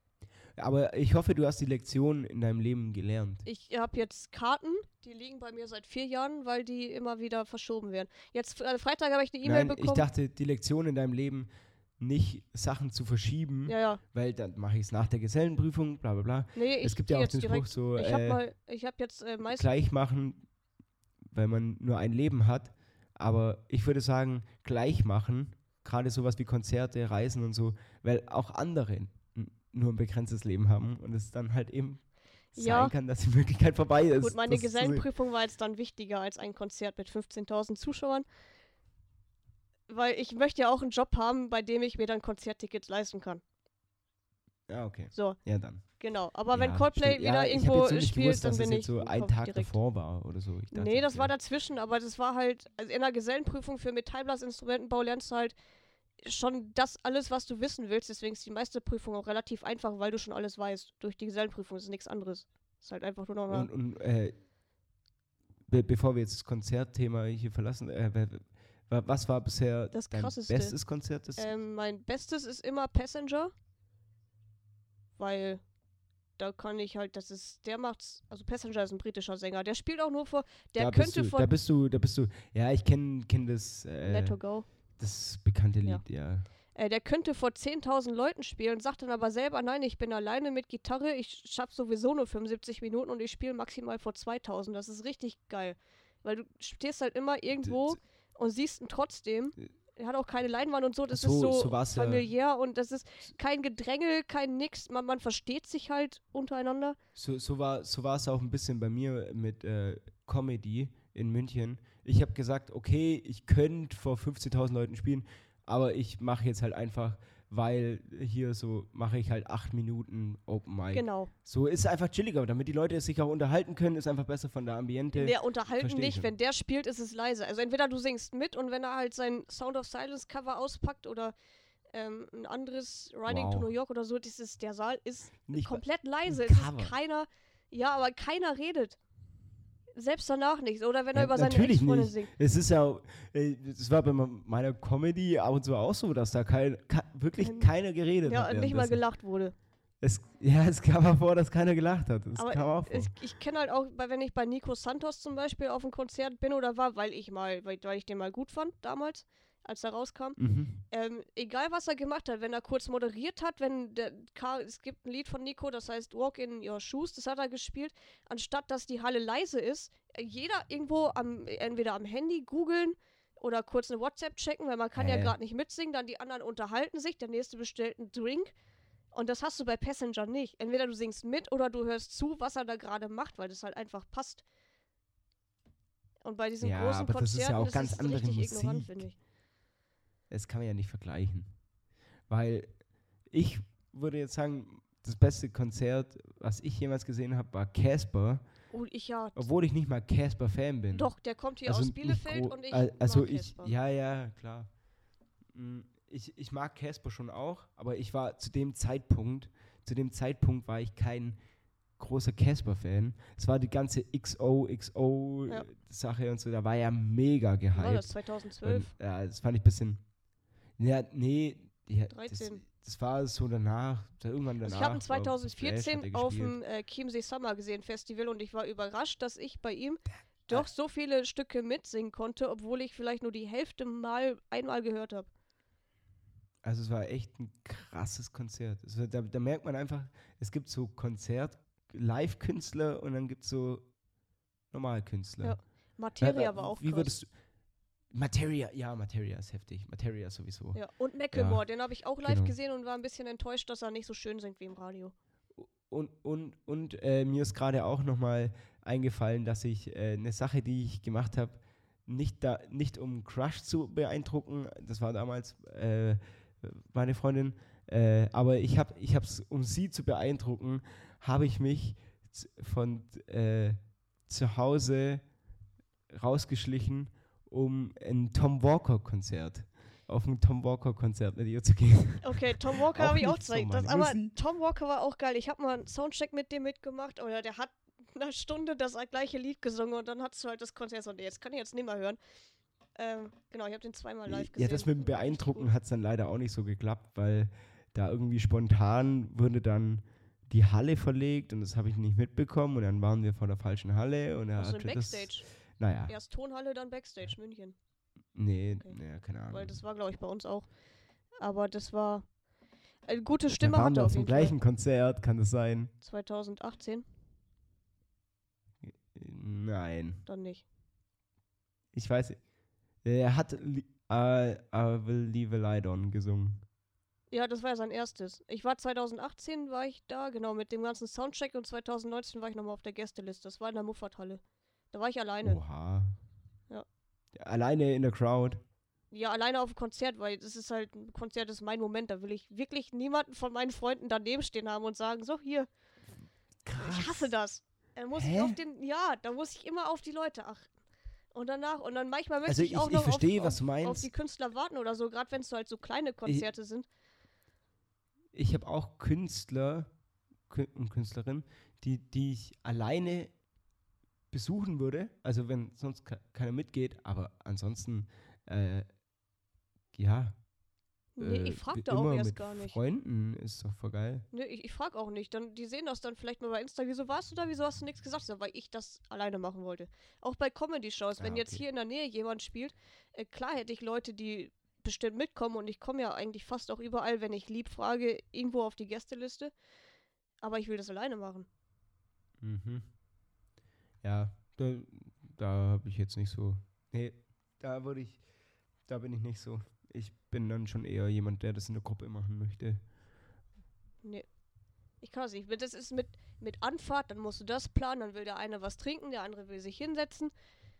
Speaker 2: Aber ich hoffe, du hast die Lektion in deinem Leben gelernt.
Speaker 1: Ich habe jetzt Karten, die liegen bei mir seit vier Jahren, weil die immer wieder verschoben werden. Jetzt äh, Freitag habe ich eine E-Mail
Speaker 2: Nein, ich
Speaker 1: bekommen.
Speaker 2: dachte, die Lektion in deinem Leben, nicht Sachen zu verschieben,
Speaker 1: ja, ja.
Speaker 2: weil dann mache ich es nach der Gesellenprüfung, bla bla bla.
Speaker 1: Nee, ich
Speaker 2: Es gibt
Speaker 1: geh
Speaker 2: ja auch
Speaker 1: jetzt
Speaker 2: den Spruch
Speaker 1: direkt.
Speaker 2: so,
Speaker 1: Ich habe
Speaker 2: äh,
Speaker 1: mal, ich habe jetzt äh, meist
Speaker 2: gleich machen, weil man nur ein Leben hat. Aber ich würde sagen, gleich machen, gerade sowas wie Konzerte, Reisen und so, weil auch andere n- nur ein begrenztes Leben haben und es dann halt eben
Speaker 1: Ja.
Speaker 2: sein kann, dass die Möglichkeit vorbei ist.
Speaker 1: Gut, meine
Speaker 2: das zu sehen.
Speaker 1: Gesellenprüfung war jetzt dann wichtiger als ein Konzert mit fünfzehntausend Zuschauern. Weil ich möchte ja auch einen Job haben, bei dem ich mir dann Konzerttickets leisten kann.
Speaker 2: Ja, okay.
Speaker 1: So,
Speaker 2: Ja, dann.
Speaker 1: genau. Aber wenn
Speaker 2: Ja,
Speaker 1: Coldplay
Speaker 2: stimmt. Ja,
Speaker 1: wieder
Speaker 2: ich hab
Speaker 1: irgendwo
Speaker 2: jetzt so nicht
Speaker 1: spielt,
Speaker 2: gewusst,
Speaker 1: dann
Speaker 2: dass
Speaker 1: bin
Speaker 2: das
Speaker 1: ich
Speaker 2: jetzt so
Speaker 1: im
Speaker 2: ein
Speaker 1: Kopf
Speaker 2: Tag
Speaker 1: direkt.
Speaker 2: davor war oder so. Ich dachte
Speaker 1: Nee, das
Speaker 2: jetzt,
Speaker 1: war
Speaker 2: ja.
Speaker 1: dazwischen, aber das war halt, also in der Gesellenprüfung für Metallblasinstrumentenbau lernst du halt schon das alles, was du wissen willst. Deswegen ist die meiste Prüfung auch relativ einfach, weil du schon alles weißt. Durch die Gesellenprüfung ist nichts anderes. Ist halt einfach nur noch eine.
Speaker 2: Und, und äh, be bevor wir jetzt das Konzertthema hier verlassen, äh, wa- wa- was war bisher
Speaker 1: Das
Speaker 2: dein
Speaker 1: Krasseste.
Speaker 2: bestes Konzert? Das
Speaker 1: Ähm, mein Bestes ist immer Passenger, weil da kann ich halt, das ist, der macht's, also Passenger ist ein britischer Sänger, der spielt auch nur vor, der
Speaker 2: da bist
Speaker 1: könnte
Speaker 2: du,
Speaker 1: vor
Speaker 2: da bist du, da bist du, ja, ich kenne kenn das, äh,
Speaker 1: Let to Go,
Speaker 2: das bekannte
Speaker 1: Ja.
Speaker 2: Lied, ja.
Speaker 1: äh, der könnte vor zehntausend Leuten spielen, sagt dann aber selber, nein, ich bin alleine mit Gitarre, ich schaff sowieso nur fünfundsiebzig Minuten und ich spiele maximal vor zweitausend, das ist richtig geil, weil du stehst halt immer irgendwo und siehst ihn trotzdem. Er hat auch keine Leinwand und so, das
Speaker 2: So-
Speaker 1: ist so,
Speaker 2: so war's ja-
Speaker 1: familiär und das ist kein Gedrängel, kein nix, man, man versteht sich halt untereinander.
Speaker 2: So, so war so war es auch ein bisschen bei mir mit äh, Comedy in München. Ich habe gesagt, okay, ich könnte vor fünfzehntausend Leuten spielen, aber ich mache jetzt halt einfach, weil hier so mache ich halt acht Minuten Open Mic.
Speaker 1: Genau.
Speaker 2: So ist einfach chilliger, damit die Leute sich auch unterhalten können, ist einfach besser von der Ambiente.
Speaker 1: Der unterhalten
Speaker 2: versteh ich
Speaker 1: nicht,
Speaker 2: schon.
Speaker 1: wenn der spielt, ist es leise. Also entweder du singst mit und wenn er halt sein Sound of Silence Cover auspackt oder ähm, ein anderes Riding
Speaker 2: Wow.
Speaker 1: to New York oder so, dieses, der Saal ist
Speaker 2: Nicht
Speaker 1: komplett leise.
Speaker 2: ein
Speaker 1: Es
Speaker 2: Cover.
Speaker 1: ist keiner, ja, aber keiner redet. Selbst danach nicht. Oder wenn
Speaker 2: Ja,
Speaker 1: er über seine
Speaker 2: natürlich
Speaker 1: Ex-Freundin
Speaker 2: nicht.
Speaker 1: singt.
Speaker 2: Es ist ja, äh, es war bei me- meiner Comedy ab und zu auch so, dass da kein, ka wirklich
Speaker 1: Ähm,
Speaker 2: keiner geredet
Speaker 1: Ja,
Speaker 2: hat.
Speaker 1: und nicht mal
Speaker 2: währenddessen.
Speaker 1: gelacht wurde.
Speaker 2: Es, ja, es kam auch vor, dass keiner gelacht hat. Es
Speaker 1: Aber
Speaker 2: kam auch vor.
Speaker 1: Ich, ich kenne halt auch, bei, wenn ich bei Nico Santos zum Beispiel auf einem Konzert bin oder war, weil ich mal, weil, weil ich den mal gut fand damals, als er rauskam.
Speaker 2: Mhm.
Speaker 1: Ähm, egal, was er gemacht hat, wenn er kurz moderiert hat, wenn der Karl, es gibt ein Lied von Nico, das heißt Walk in Your Shoes, das hat er gespielt, anstatt dass die Halle leise ist, äh, jeder irgendwo am, entweder am Handy googeln oder kurz eine WhatsApp checken, weil man kann ja
Speaker 2: Hä?
Speaker 1: gerade nicht mitsingen, dann die anderen unterhalten sich, der nächste bestellt einen Drink. Und das hast du bei Passenger nicht. Entweder du singst mit oder du hörst zu, was er da gerade macht, weil das halt einfach passt. Und bei diesen
Speaker 2: Ja,
Speaker 1: großen
Speaker 2: aber das ist
Speaker 1: Konzerten,
Speaker 2: ja auch
Speaker 1: das
Speaker 2: ganz
Speaker 1: ist
Speaker 2: andere
Speaker 1: richtig ignorant,
Speaker 2: Musik.
Speaker 1: finde ich.
Speaker 2: Das kann man ja nicht vergleichen. Weil ich würde jetzt sagen, das beste Konzert, was ich jemals gesehen habe, war Casper,
Speaker 1: Oh, ich ja.
Speaker 2: obwohl ich nicht mal Casper-Fan bin.
Speaker 1: Doch, der kommt hier
Speaker 2: Also
Speaker 1: aus
Speaker 2: nicht
Speaker 1: Bielefeld
Speaker 2: gro-
Speaker 1: und ich
Speaker 2: al- Also
Speaker 1: mag
Speaker 2: ich,
Speaker 1: Casper.
Speaker 2: ja, ja, klar. Mm, Ich, ich mag Casper schon auch, aber ich war zu dem Zeitpunkt, zu dem Zeitpunkt war ich kein großer Casper-Fan. Es war die ganze X O X O-Sache und so, da war ja mega
Speaker 1: Wie war das,
Speaker 2: gehypt.
Speaker 1: zweitausendzwölf?
Speaker 2: Und, ja, das fand ich ein bisschen. Ja, nee, ja, das,
Speaker 1: dreizehn.
Speaker 2: das war so danach, da irgendwann danach.
Speaker 1: Also ich habe ihn
Speaker 2: war Flash, hat
Speaker 1: zweitausendvierzehn
Speaker 2: er
Speaker 1: auf
Speaker 2: gespielt.
Speaker 1: dem äh, Chiemsee Summer gesehen Festival und ich war überrascht, dass ich bei ihm doch so viele Stücke mitsingen konnte, obwohl ich vielleicht nur die Hälfte mal einmal gehört habe.
Speaker 2: Also es war echt ein krasses Konzert. Also da, da merkt man einfach, es gibt so Konzert-Live-Künstler und dann gibt es so Normalkünstler.
Speaker 1: Ja. Materia
Speaker 2: Äh,
Speaker 1: war auch
Speaker 2: Wie
Speaker 1: krass.
Speaker 2: würdest du. Materia, ja, Materia ist heftig. Materia sowieso.
Speaker 1: Ja. Und Macklemore,
Speaker 2: Ja,
Speaker 1: den habe ich auch live
Speaker 2: genau.
Speaker 1: gesehen und war ein bisschen enttäuscht, dass er nicht so schön singt wie im Radio.
Speaker 2: Und, und, und äh, mir ist gerade auch nochmal eingefallen, dass ich äh, eine Sache, die ich gemacht habe, nicht, da, nicht um Crush zu beeindrucken, das war damals äh, meine Freundin, äh, aber ich habe ich es, um sie zu beeindrucken, habe ich mich z- von äh, zu Hause rausgeschlichen, um ein Tom Walker-Konzert, auf ein Tom Walker-Konzert mit ihr zu gehen.
Speaker 1: Okay, Tom Walker
Speaker 2: Auch
Speaker 1: habe ich auch
Speaker 2: nicht so
Speaker 1: gezeigt. Das,
Speaker 2: meine
Speaker 1: aber
Speaker 2: Musik.
Speaker 1: Tom Walker war auch geil. Ich habe mal einen Soundcheck mit dem mitgemacht oder der hat eine Stunde das gleiche Lied gesungen und dann hast du halt das Konzert so, nee, jetzt kann ich jetzt nicht mehr hören. Ähm, genau, ich habe den zweimal live gesehen.
Speaker 2: Ja, das mit dem
Speaker 1: War richtig
Speaker 2: Beeindrucken
Speaker 1: gut.
Speaker 2: hat es dann leider auch nicht so geklappt, weil da irgendwie spontan wurde dann die Halle verlegt und das habe ich nicht mitbekommen und dann waren wir vor der falschen Halle und er
Speaker 1: Achso, in
Speaker 2: hatte das.
Speaker 1: Backstage.
Speaker 2: Naja,
Speaker 1: Erst Tonhalle, dann Backstage, München.
Speaker 2: nee,
Speaker 1: Okay.
Speaker 2: naja, keine Ahnung.
Speaker 1: Weil das war, glaube ich, bei uns auch. Aber das war eine gute
Speaker 2: Da
Speaker 1: Stimme
Speaker 2: waren
Speaker 1: hatte
Speaker 2: wir
Speaker 1: auf
Speaker 2: zum
Speaker 1: jeden
Speaker 2: gleichen
Speaker 1: Fall.
Speaker 2: Konzert, kann das sein?
Speaker 1: zweitausendachtzehn,
Speaker 2: Nein,
Speaker 1: dann nicht.
Speaker 2: ich weiß nicht. Er hat Li- I, I Will Leave a Light On gesungen.
Speaker 1: Ja, das war ja sein erstes. Ich war zweitausendachtzehn, war ich da, genau, mit dem ganzen Soundcheck und zweitausendneunzehn war ich nochmal auf der Gästeliste. Das war in der Muffathalle. Da war ich alleine.
Speaker 2: Oha.
Speaker 1: Ja.
Speaker 2: Alleine in der Crowd.
Speaker 1: Ja, alleine auf dem Konzert, weil das ist halt, ein Konzert ist mein Moment. Da will ich wirklich niemanden von meinen Freunden daneben stehen haben und sagen, so, hier,
Speaker 2: Krass.
Speaker 1: ich hasse das. Dann muss
Speaker 2: Hä?
Speaker 1: ich auf den, ja, da muss ich immer auf die Leute achten. Und danach, und dann manchmal möchte
Speaker 2: Also
Speaker 1: ich
Speaker 2: ich-
Speaker 1: auch
Speaker 2: ich
Speaker 1: noch
Speaker 2: verstehe,
Speaker 1: auf,
Speaker 2: was du
Speaker 1: auf, auf
Speaker 2: meinst.
Speaker 1: die Künstler warten oder so, gerade wenn es so halt so kleine Konzerte sind.
Speaker 2: Ich habe auch Künstler Kü- und Künstlerinnen, die, die ich alleine besuchen würde, also wenn sonst ke- keiner mitgeht, aber ansonsten, äh, ja,
Speaker 1: Nee,
Speaker 2: äh,
Speaker 1: ich frag
Speaker 2: wie
Speaker 1: da auch
Speaker 2: immer
Speaker 1: erst
Speaker 2: mit
Speaker 1: gar nicht.
Speaker 2: Freunden ist doch voll geil.
Speaker 1: Nee, ich, ich frag auch nicht. Dann, die sehen das dann vielleicht mal bei Insta. Wieso warst du da? Wieso hast du nichts gesagt? So, weil ich das alleine machen wollte. Auch bei Comedy-Shows. Wenn
Speaker 2: Ah,
Speaker 1: jetzt
Speaker 2: okay.
Speaker 1: hier in der Nähe jemand spielt, äh, klar hätte ich Leute, die bestimmt mitkommen. Und ich komme ja eigentlich fast auch überall, wenn ich lieb frage, irgendwo auf die Gästeliste. Aber ich will das alleine machen.
Speaker 2: Mhm. Ja, da, da habe ich jetzt nicht so, nee, da würde ich, da bin ich nicht so. Ich bin dann schon eher jemand, der das in der Gruppe machen möchte.
Speaker 1: Nee. Ich kann das nicht. Das ist mit, mit Anfahrt, dann musst du das planen. Dann will der eine was trinken, der andere will sich hinsetzen.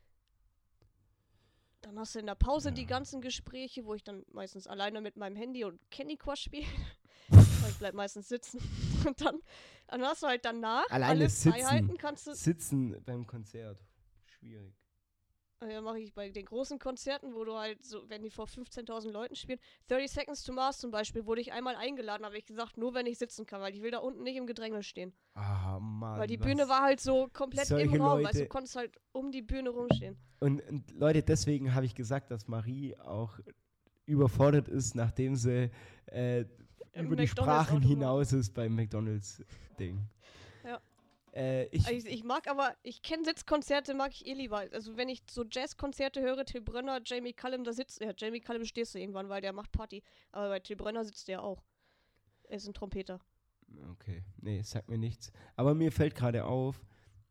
Speaker 1: Dann hast du in der Pause die
Speaker 2: Ja.
Speaker 1: ganzen Gespräche, wo ich dann meistens alleine mit meinem Handy und Candy Crush spiele. Weil ich bleib meistens sitzen. Und dann, dann hast du halt danach
Speaker 2: Alleine
Speaker 1: alles
Speaker 2: sitzen.
Speaker 1: Freiheiten, kannst du.
Speaker 2: Sitzen beim Konzert. Schwierig.
Speaker 1: Ja, mache ich bei den großen Konzerten, wo du halt so, wenn die vor fünfzehntausend Leuten spielen. thirty Seconds to Mars zum Beispiel, wurde ich einmal eingeladen, habe ich gesagt, nur wenn ich sitzen kann, weil ich will da unten nicht im Gedränge stehen.
Speaker 2: Ah, Mann.
Speaker 1: Weil die
Speaker 2: was-
Speaker 1: Bühne war halt so komplett im
Speaker 2: Solche
Speaker 1: Raum, weißt du,
Speaker 2: Leute-
Speaker 1: du konntest halt um die Bühne rumstehen.
Speaker 2: Und, und Leute, deswegen habe ich gesagt, dass Marie auch überfordert ist, nachdem sie äh,
Speaker 1: Im
Speaker 2: über die
Speaker 1: McDonald's
Speaker 2: Sprachen
Speaker 1: Automat.
Speaker 2: hinaus ist beim McDonalds-Ding.
Speaker 1: Ja.
Speaker 2: Äh, ich,
Speaker 1: Ich, ich mag aber, ich kenne Sitzkonzerte, mag ich eh lieber. Also wenn ich so Jazzkonzerte höre, Till Brönner, Jamie Cullum, da sitzt er. Jamie Cullum stehst du irgendwann, weil der macht Party. Aber bei Till Brönner sitzt der auch. Er ist ein Trompeter.
Speaker 2: okay, nee, sagt mir nichts. Aber mir fällt gerade auf,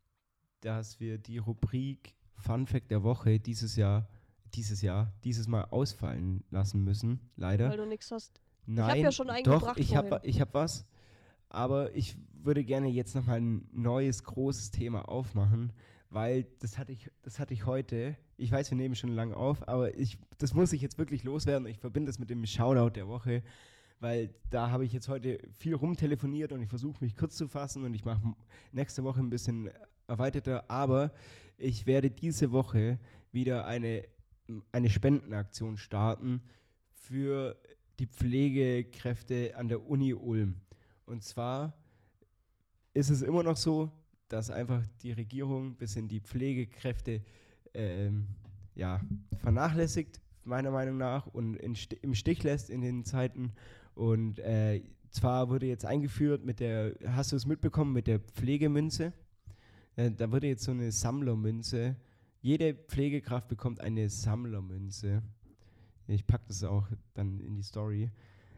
Speaker 2: dass wir die Rubrik Fun Fact der Woche dieses Jahr, dieses Jahr, dieses Mal ausfallen lassen müssen, leider.
Speaker 1: Weil du nichts hast.
Speaker 2: Nein,
Speaker 1: hab ja schon einen
Speaker 2: doch,
Speaker 1: gebracht
Speaker 2: ich habe
Speaker 1: vorhin.
Speaker 2: ich hab was, aber ich würde gerne jetzt nochmal ein neues, großes Thema aufmachen, weil das hatte ich, das hatte ich heute, ich weiß, wir nehmen schon lange auf, aber ich, das muss ich jetzt wirklich loswerden. Ich verbinde das mit dem Shoutout der Woche, weil da habe ich jetzt heute viel rumtelefoniert und ich versuche mich kurz zu fassen und ich mache m- nächste Woche ein bisschen erweiterter, aber ich werde diese Woche wieder eine, eine Spendenaktion starten für die Pflegekräfte an der Uni Ulm. Und zwar ist es immer noch so, dass einfach die Regierung ein bisschen die Pflegekräfte ähm, ja, vernachlässigt, meiner Meinung nach, und in, Sti- im Stich lässt in den Zeiten. Und äh, zwar wurde jetzt eingeführt mit der, hast du es mitbekommen, mit der Pflegemünze? Äh, da wurde jetzt so eine Sammlermünze. Jede Pflegekraft bekommt eine Sammlermünze. Ich packe das auch dann in die Story.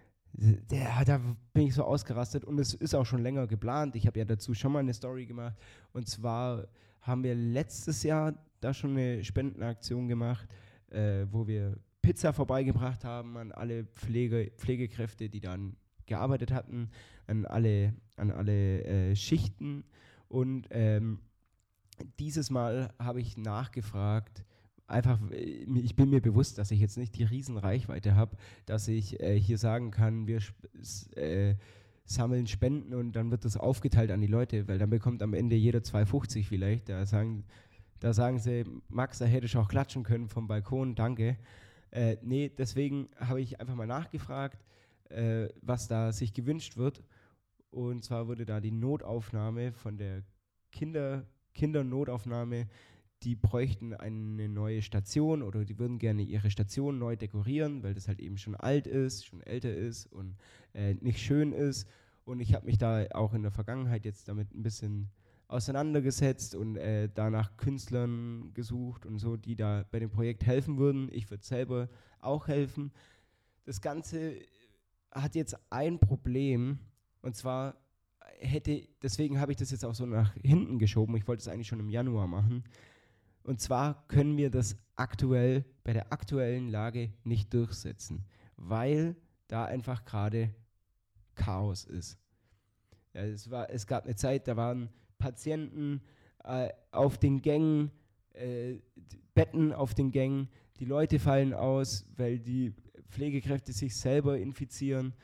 Speaker 2: Der, da bin ich so ausgerastet und es ist auch schon länger geplant. Ich habe ja dazu schon mal eine Story gemacht. Und zwar haben wir letztes Jahr da schon eine Spendenaktion gemacht, äh, wo wir Pizza vorbeigebracht haben an alle Pflege, Pflegekräfte, die dann gearbeitet hatten, an alle, an alle äh, Schichten. Und ähm, dieses Mal habe ich nachgefragt, einfach, äh, ich bin mir bewusst, dass ich jetzt nicht die riesen Reichweite habe, dass ich äh, hier sagen kann, wir sp- s- äh, sammeln Spenden und dann wird das aufgeteilt an die Leute, weil dann bekommt am Ende jeder zwei fünfzig vielleicht. Da sagen, da sagen sie, Max, da hätte ich auch klatschen können vom Balkon, danke. Äh, nee, deswegen habe ich einfach mal nachgefragt, äh, was da sich gewünscht wird. Und zwar wurde da die Notaufnahme von der Kinder, Kindernotaufnahme, die bräuchten eine neue Station oder die würden gerne ihre Station neu dekorieren, weil das halt eben schon alt ist, schon älter ist und äh, nicht schön ist. Und ich habe mich da auch in der Vergangenheit jetzt damit ein bisschen auseinandergesetzt und äh, danach Künstlern gesucht und so, die da bei dem Projekt helfen würden. Ich würde selber auch helfen. Das Ganze hat jetzt ein Problem, und zwar hätte, deswegen habe ich das jetzt auch so nach hinten geschoben. Ich wollte es eigentlich schon im Januar machen. Und zwar können wir das aktuell bei der aktuellen Lage nicht durchsetzen, weil da einfach gerade Chaos ist. Ja, es, war, es gab eine Zeit, da waren Patienten äh, auf den Gängen, äh, Betten auf den Gängen, die Leute fallen aus, weil die Pflegekräfte sich selber infizieren,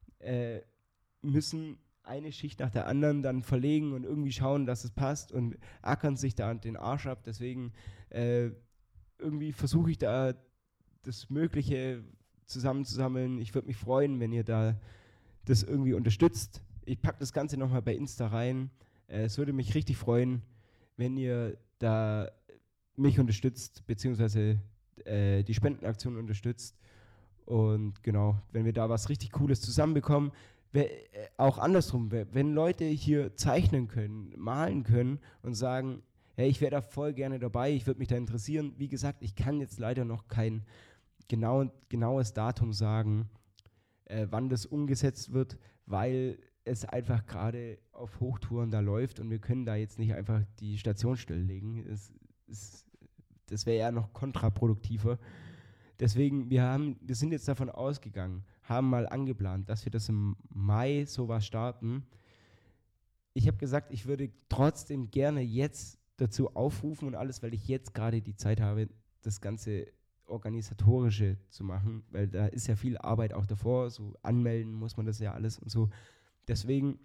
Speaker 2: äh, müssen eine Schicht nach der anderen dann verlegen und irgendwie schauen, dass es passt und ackern sich da den Arsch ab. Deswegen äh, irgendwie versuche ich da das Mögliche zusammenzusammeln. Ich würde mich freuen, wenn ihr da das irgendwie unterstützt. Ich packe das Ganze nochmal bei Insta rein. Äh, es würde mich richtig freuen, wenn ihr da mich unterstützt, beziehungsweise äh, die Spendenaktion unterstützt. Und genau, wenn wir da was richtig Cooles zusammenbekommen, wer, äh, auch andersrum, wer, wenn Leute hier zeichnen können, malen können und sagen, hey, ich wäre da voll gerne dabei, ich würde mich da interessieren. Wie gesagt, ich kann jetzt leider noch kein genau, genaues Datum sagen, äh, wann das umgesetzt wird, weil es einfach gerade auf Hochtouren da läuft und wir können da jetzt nicht einfach die Station stilllegen. Es, es, das wäre ja noch kontraproduktiver. Deswegen, wir, haben, wir sind jetzt davon ausgegangen, haben mal angeplant, dass wir das im Mai sowas starten. Ich habe gesagt, ich würde trotzdem gerne jetzt dazu aufrufen und alles, weil ich jetzt gerade die Zeit habe, das ganze Organisatorische zu machen, weil da ist ja viel Arbeit auch davor, so anmelden muss man das ja alles und so. Deswegen,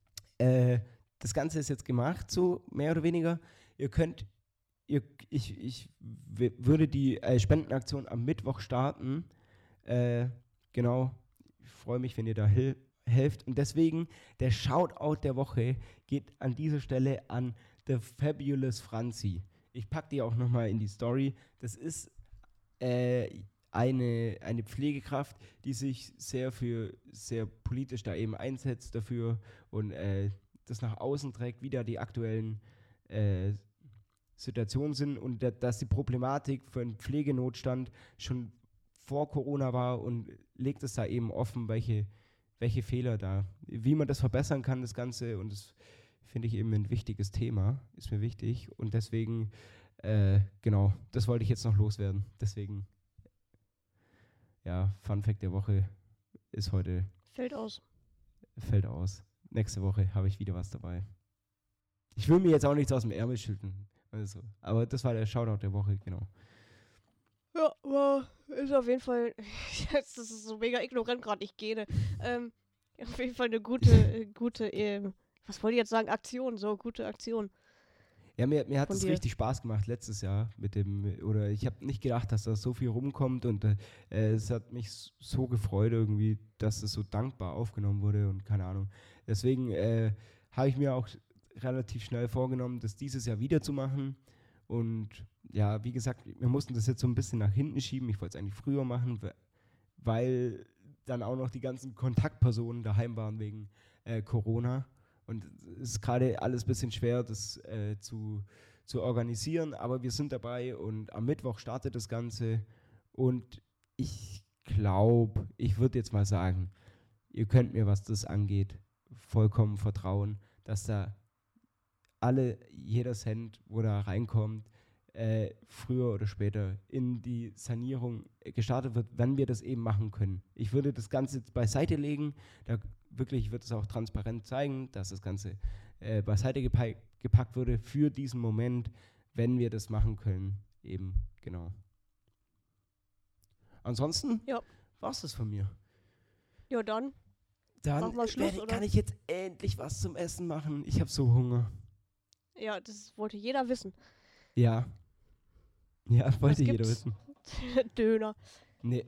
Speaker 2: äh, das Ganze ist jetzt gemacht, so mehr oder weniger. Ihr könnt, ihr, ich, ich w- würde die äh, Spendenaktion am Mittwoch starten. Äh, genau, ich freue mich, wenn ihr da hel helft. Und deswegen, der Shoutout der Woche geht an dieser Stelle an The Fabulous Franzi. Ich packe die auch nochmal in die Story. Das ist äh, eine, eine Pflegekraft, die sich sehr für sehr politisch da eben einsetzt dafür und äh, das nach außen trägt, wie da die aktuellen äh, Situationen sind und da, dass die Problematik für einen Pflegenotstand schon vor Corona war und legt es da eben offen, welche, welche Fehler da, wie man das verbessern kann, das Ganze, und das finde ich eben ein wichtiges Thema, ist mir wichtig und deswegen, äh, genau, das wollte ich jetzt noch loswerden. Deswegen, ja, Fun Fact der Woche ist heute,
Speaker 1: Fällt aus.
Speaker 2: fällt aus. Nächste Woche habe ich wieder was dabei. Ich will mir jetzt auch nichts aus dem Ärmel schütteln, also, aber das war der Shoutout der Woche, genau.
Speaker 1: Ja, aber ist auf jeden Fall, das ist so mega ignorant gerade, ich gehe. Ähm, auf jeden Fall eine gute, äh, gute, ähm, was wollte ich jetzt sagen, Aktion, so, gute Aktion.
Speaker 2: Ja, mir, mir hat
Speaker 1: Von
Speaker 2: es
Speaker 1: dir.
Speaker 2: richtig Spaß gemacht letztes Jahr mit dem, oder ich habe nicht gedacht, dass da so viel rumkommt und äh, es hat mich s- so gefreut irgendwie, dass es so dankbar aufgenommen wurde und keine Ahnung. Deswegen äh, habe ich mir auch relativ schnell vorgenommen, das dieses Jahr wieder zu machen und ja, wie gesagt, wir mussten das jetzt so ein bisschen nach hinten schieben. Ich wollte es eigentlich früher machen, we- weil dann auch noch die ganzen Kontaktpersonen daheim waren wegen äh, Corona. Und es ist gerade alles ein bisschen schwer, das äh, zu, zu organisieren, aber wir sind dabei und am Mittwoch startet das Ganze. Und ich glaube, ich würde jetzt mal sagen, ihr könnt mir, was das angeht, vollkommen vertrauen, dass da alle, jeder Cent, wo da reinkommt, äh, früher oder später in die Sanierung äh, gestartet wird, wenn wir das eben machen können. Ich würde das Ganze beiseite legen, da wirklich wird es auch transparent zeigen, dass das Ganze äh, beiseite gepa- gepackt wurde für diesen Moment, wenn wir das machen können. Eben, genau. Ansonsten
Speaker 1: Ja.
Speaker 2: war es das von mir.
Speaker 1: Ja, dann.
Speaker 2: Dann
Speaker 1: Mach mal
Speaker 2: äh,
Speaker 1: Schluss,
Speaker 2: werde,
Speaker 1: oder?
Speaker 2: kann ich jetzt endlich was zum Essen machen. Ich habe so Hunger.
Speaker 1: Ja, das wollte jeder wissen.
Speaker 2: Ja. Ja, wollte jeder
Speaker 1: gibt's?
Speaker 2: wissen.
Speaker 1: Döner.
Speaker 2: Nee.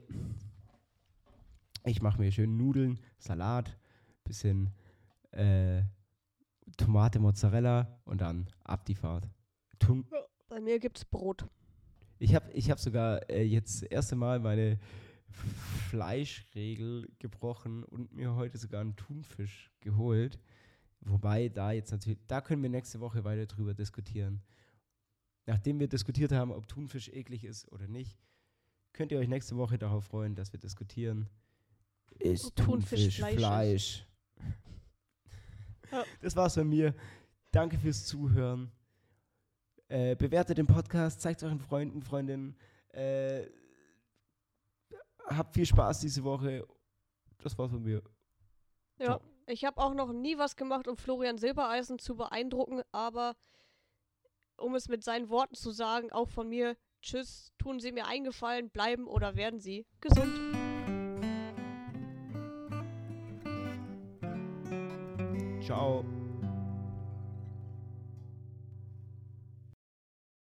Speaker 2: Ich mache mir schön Nudeln, Salat, bisschen äh, Tomate, Mozzarella und dann ab die Fahrt. Tum
Speaker 1: Bei mir gibt's Brot.
Speaker 2: ich habe ich hab sogar äh, jetzt das erste Mal meine Fleischregel gebrochen und mir heute sogar einen Thunfisch geholt. Wobei da jetzt natürlich, da können wir nächste Woche weiter drüber diskutieren. Nachdem wir diskutiert haben, ob Thunfisch eklig ist oder nicht, könnt ihr euch nächste Woche darauf freuen, dass wir diskutieren. Ist
Speaker 1: Ob Thunfisch
Speaker 2: Thunfisch
Speaker 1: Fleisch
Speaker 2: Fleisch?
Speaker 1: Ja.
Speaker 2: Das war's von mir. Danke fürs Zuhören. Äh, bewertet den Podcast, zeigt es euren Freunden, Freundinnen. Äh, habt viel Spaß diese Woche. Das war's von mir.
Speaker 1: Ja,
Speaker 2: Ciao.
Speaker 1: ich habe auch noch nie was gemacht, um Florian Silbereisen zu beeindrucken, aber um es mit seinen Worten zu sagen, auch von mir, tschüss, tun Sie mir einen Gefallen, bleiben oder werden Sie gesund.
Speaker 2: Ciao.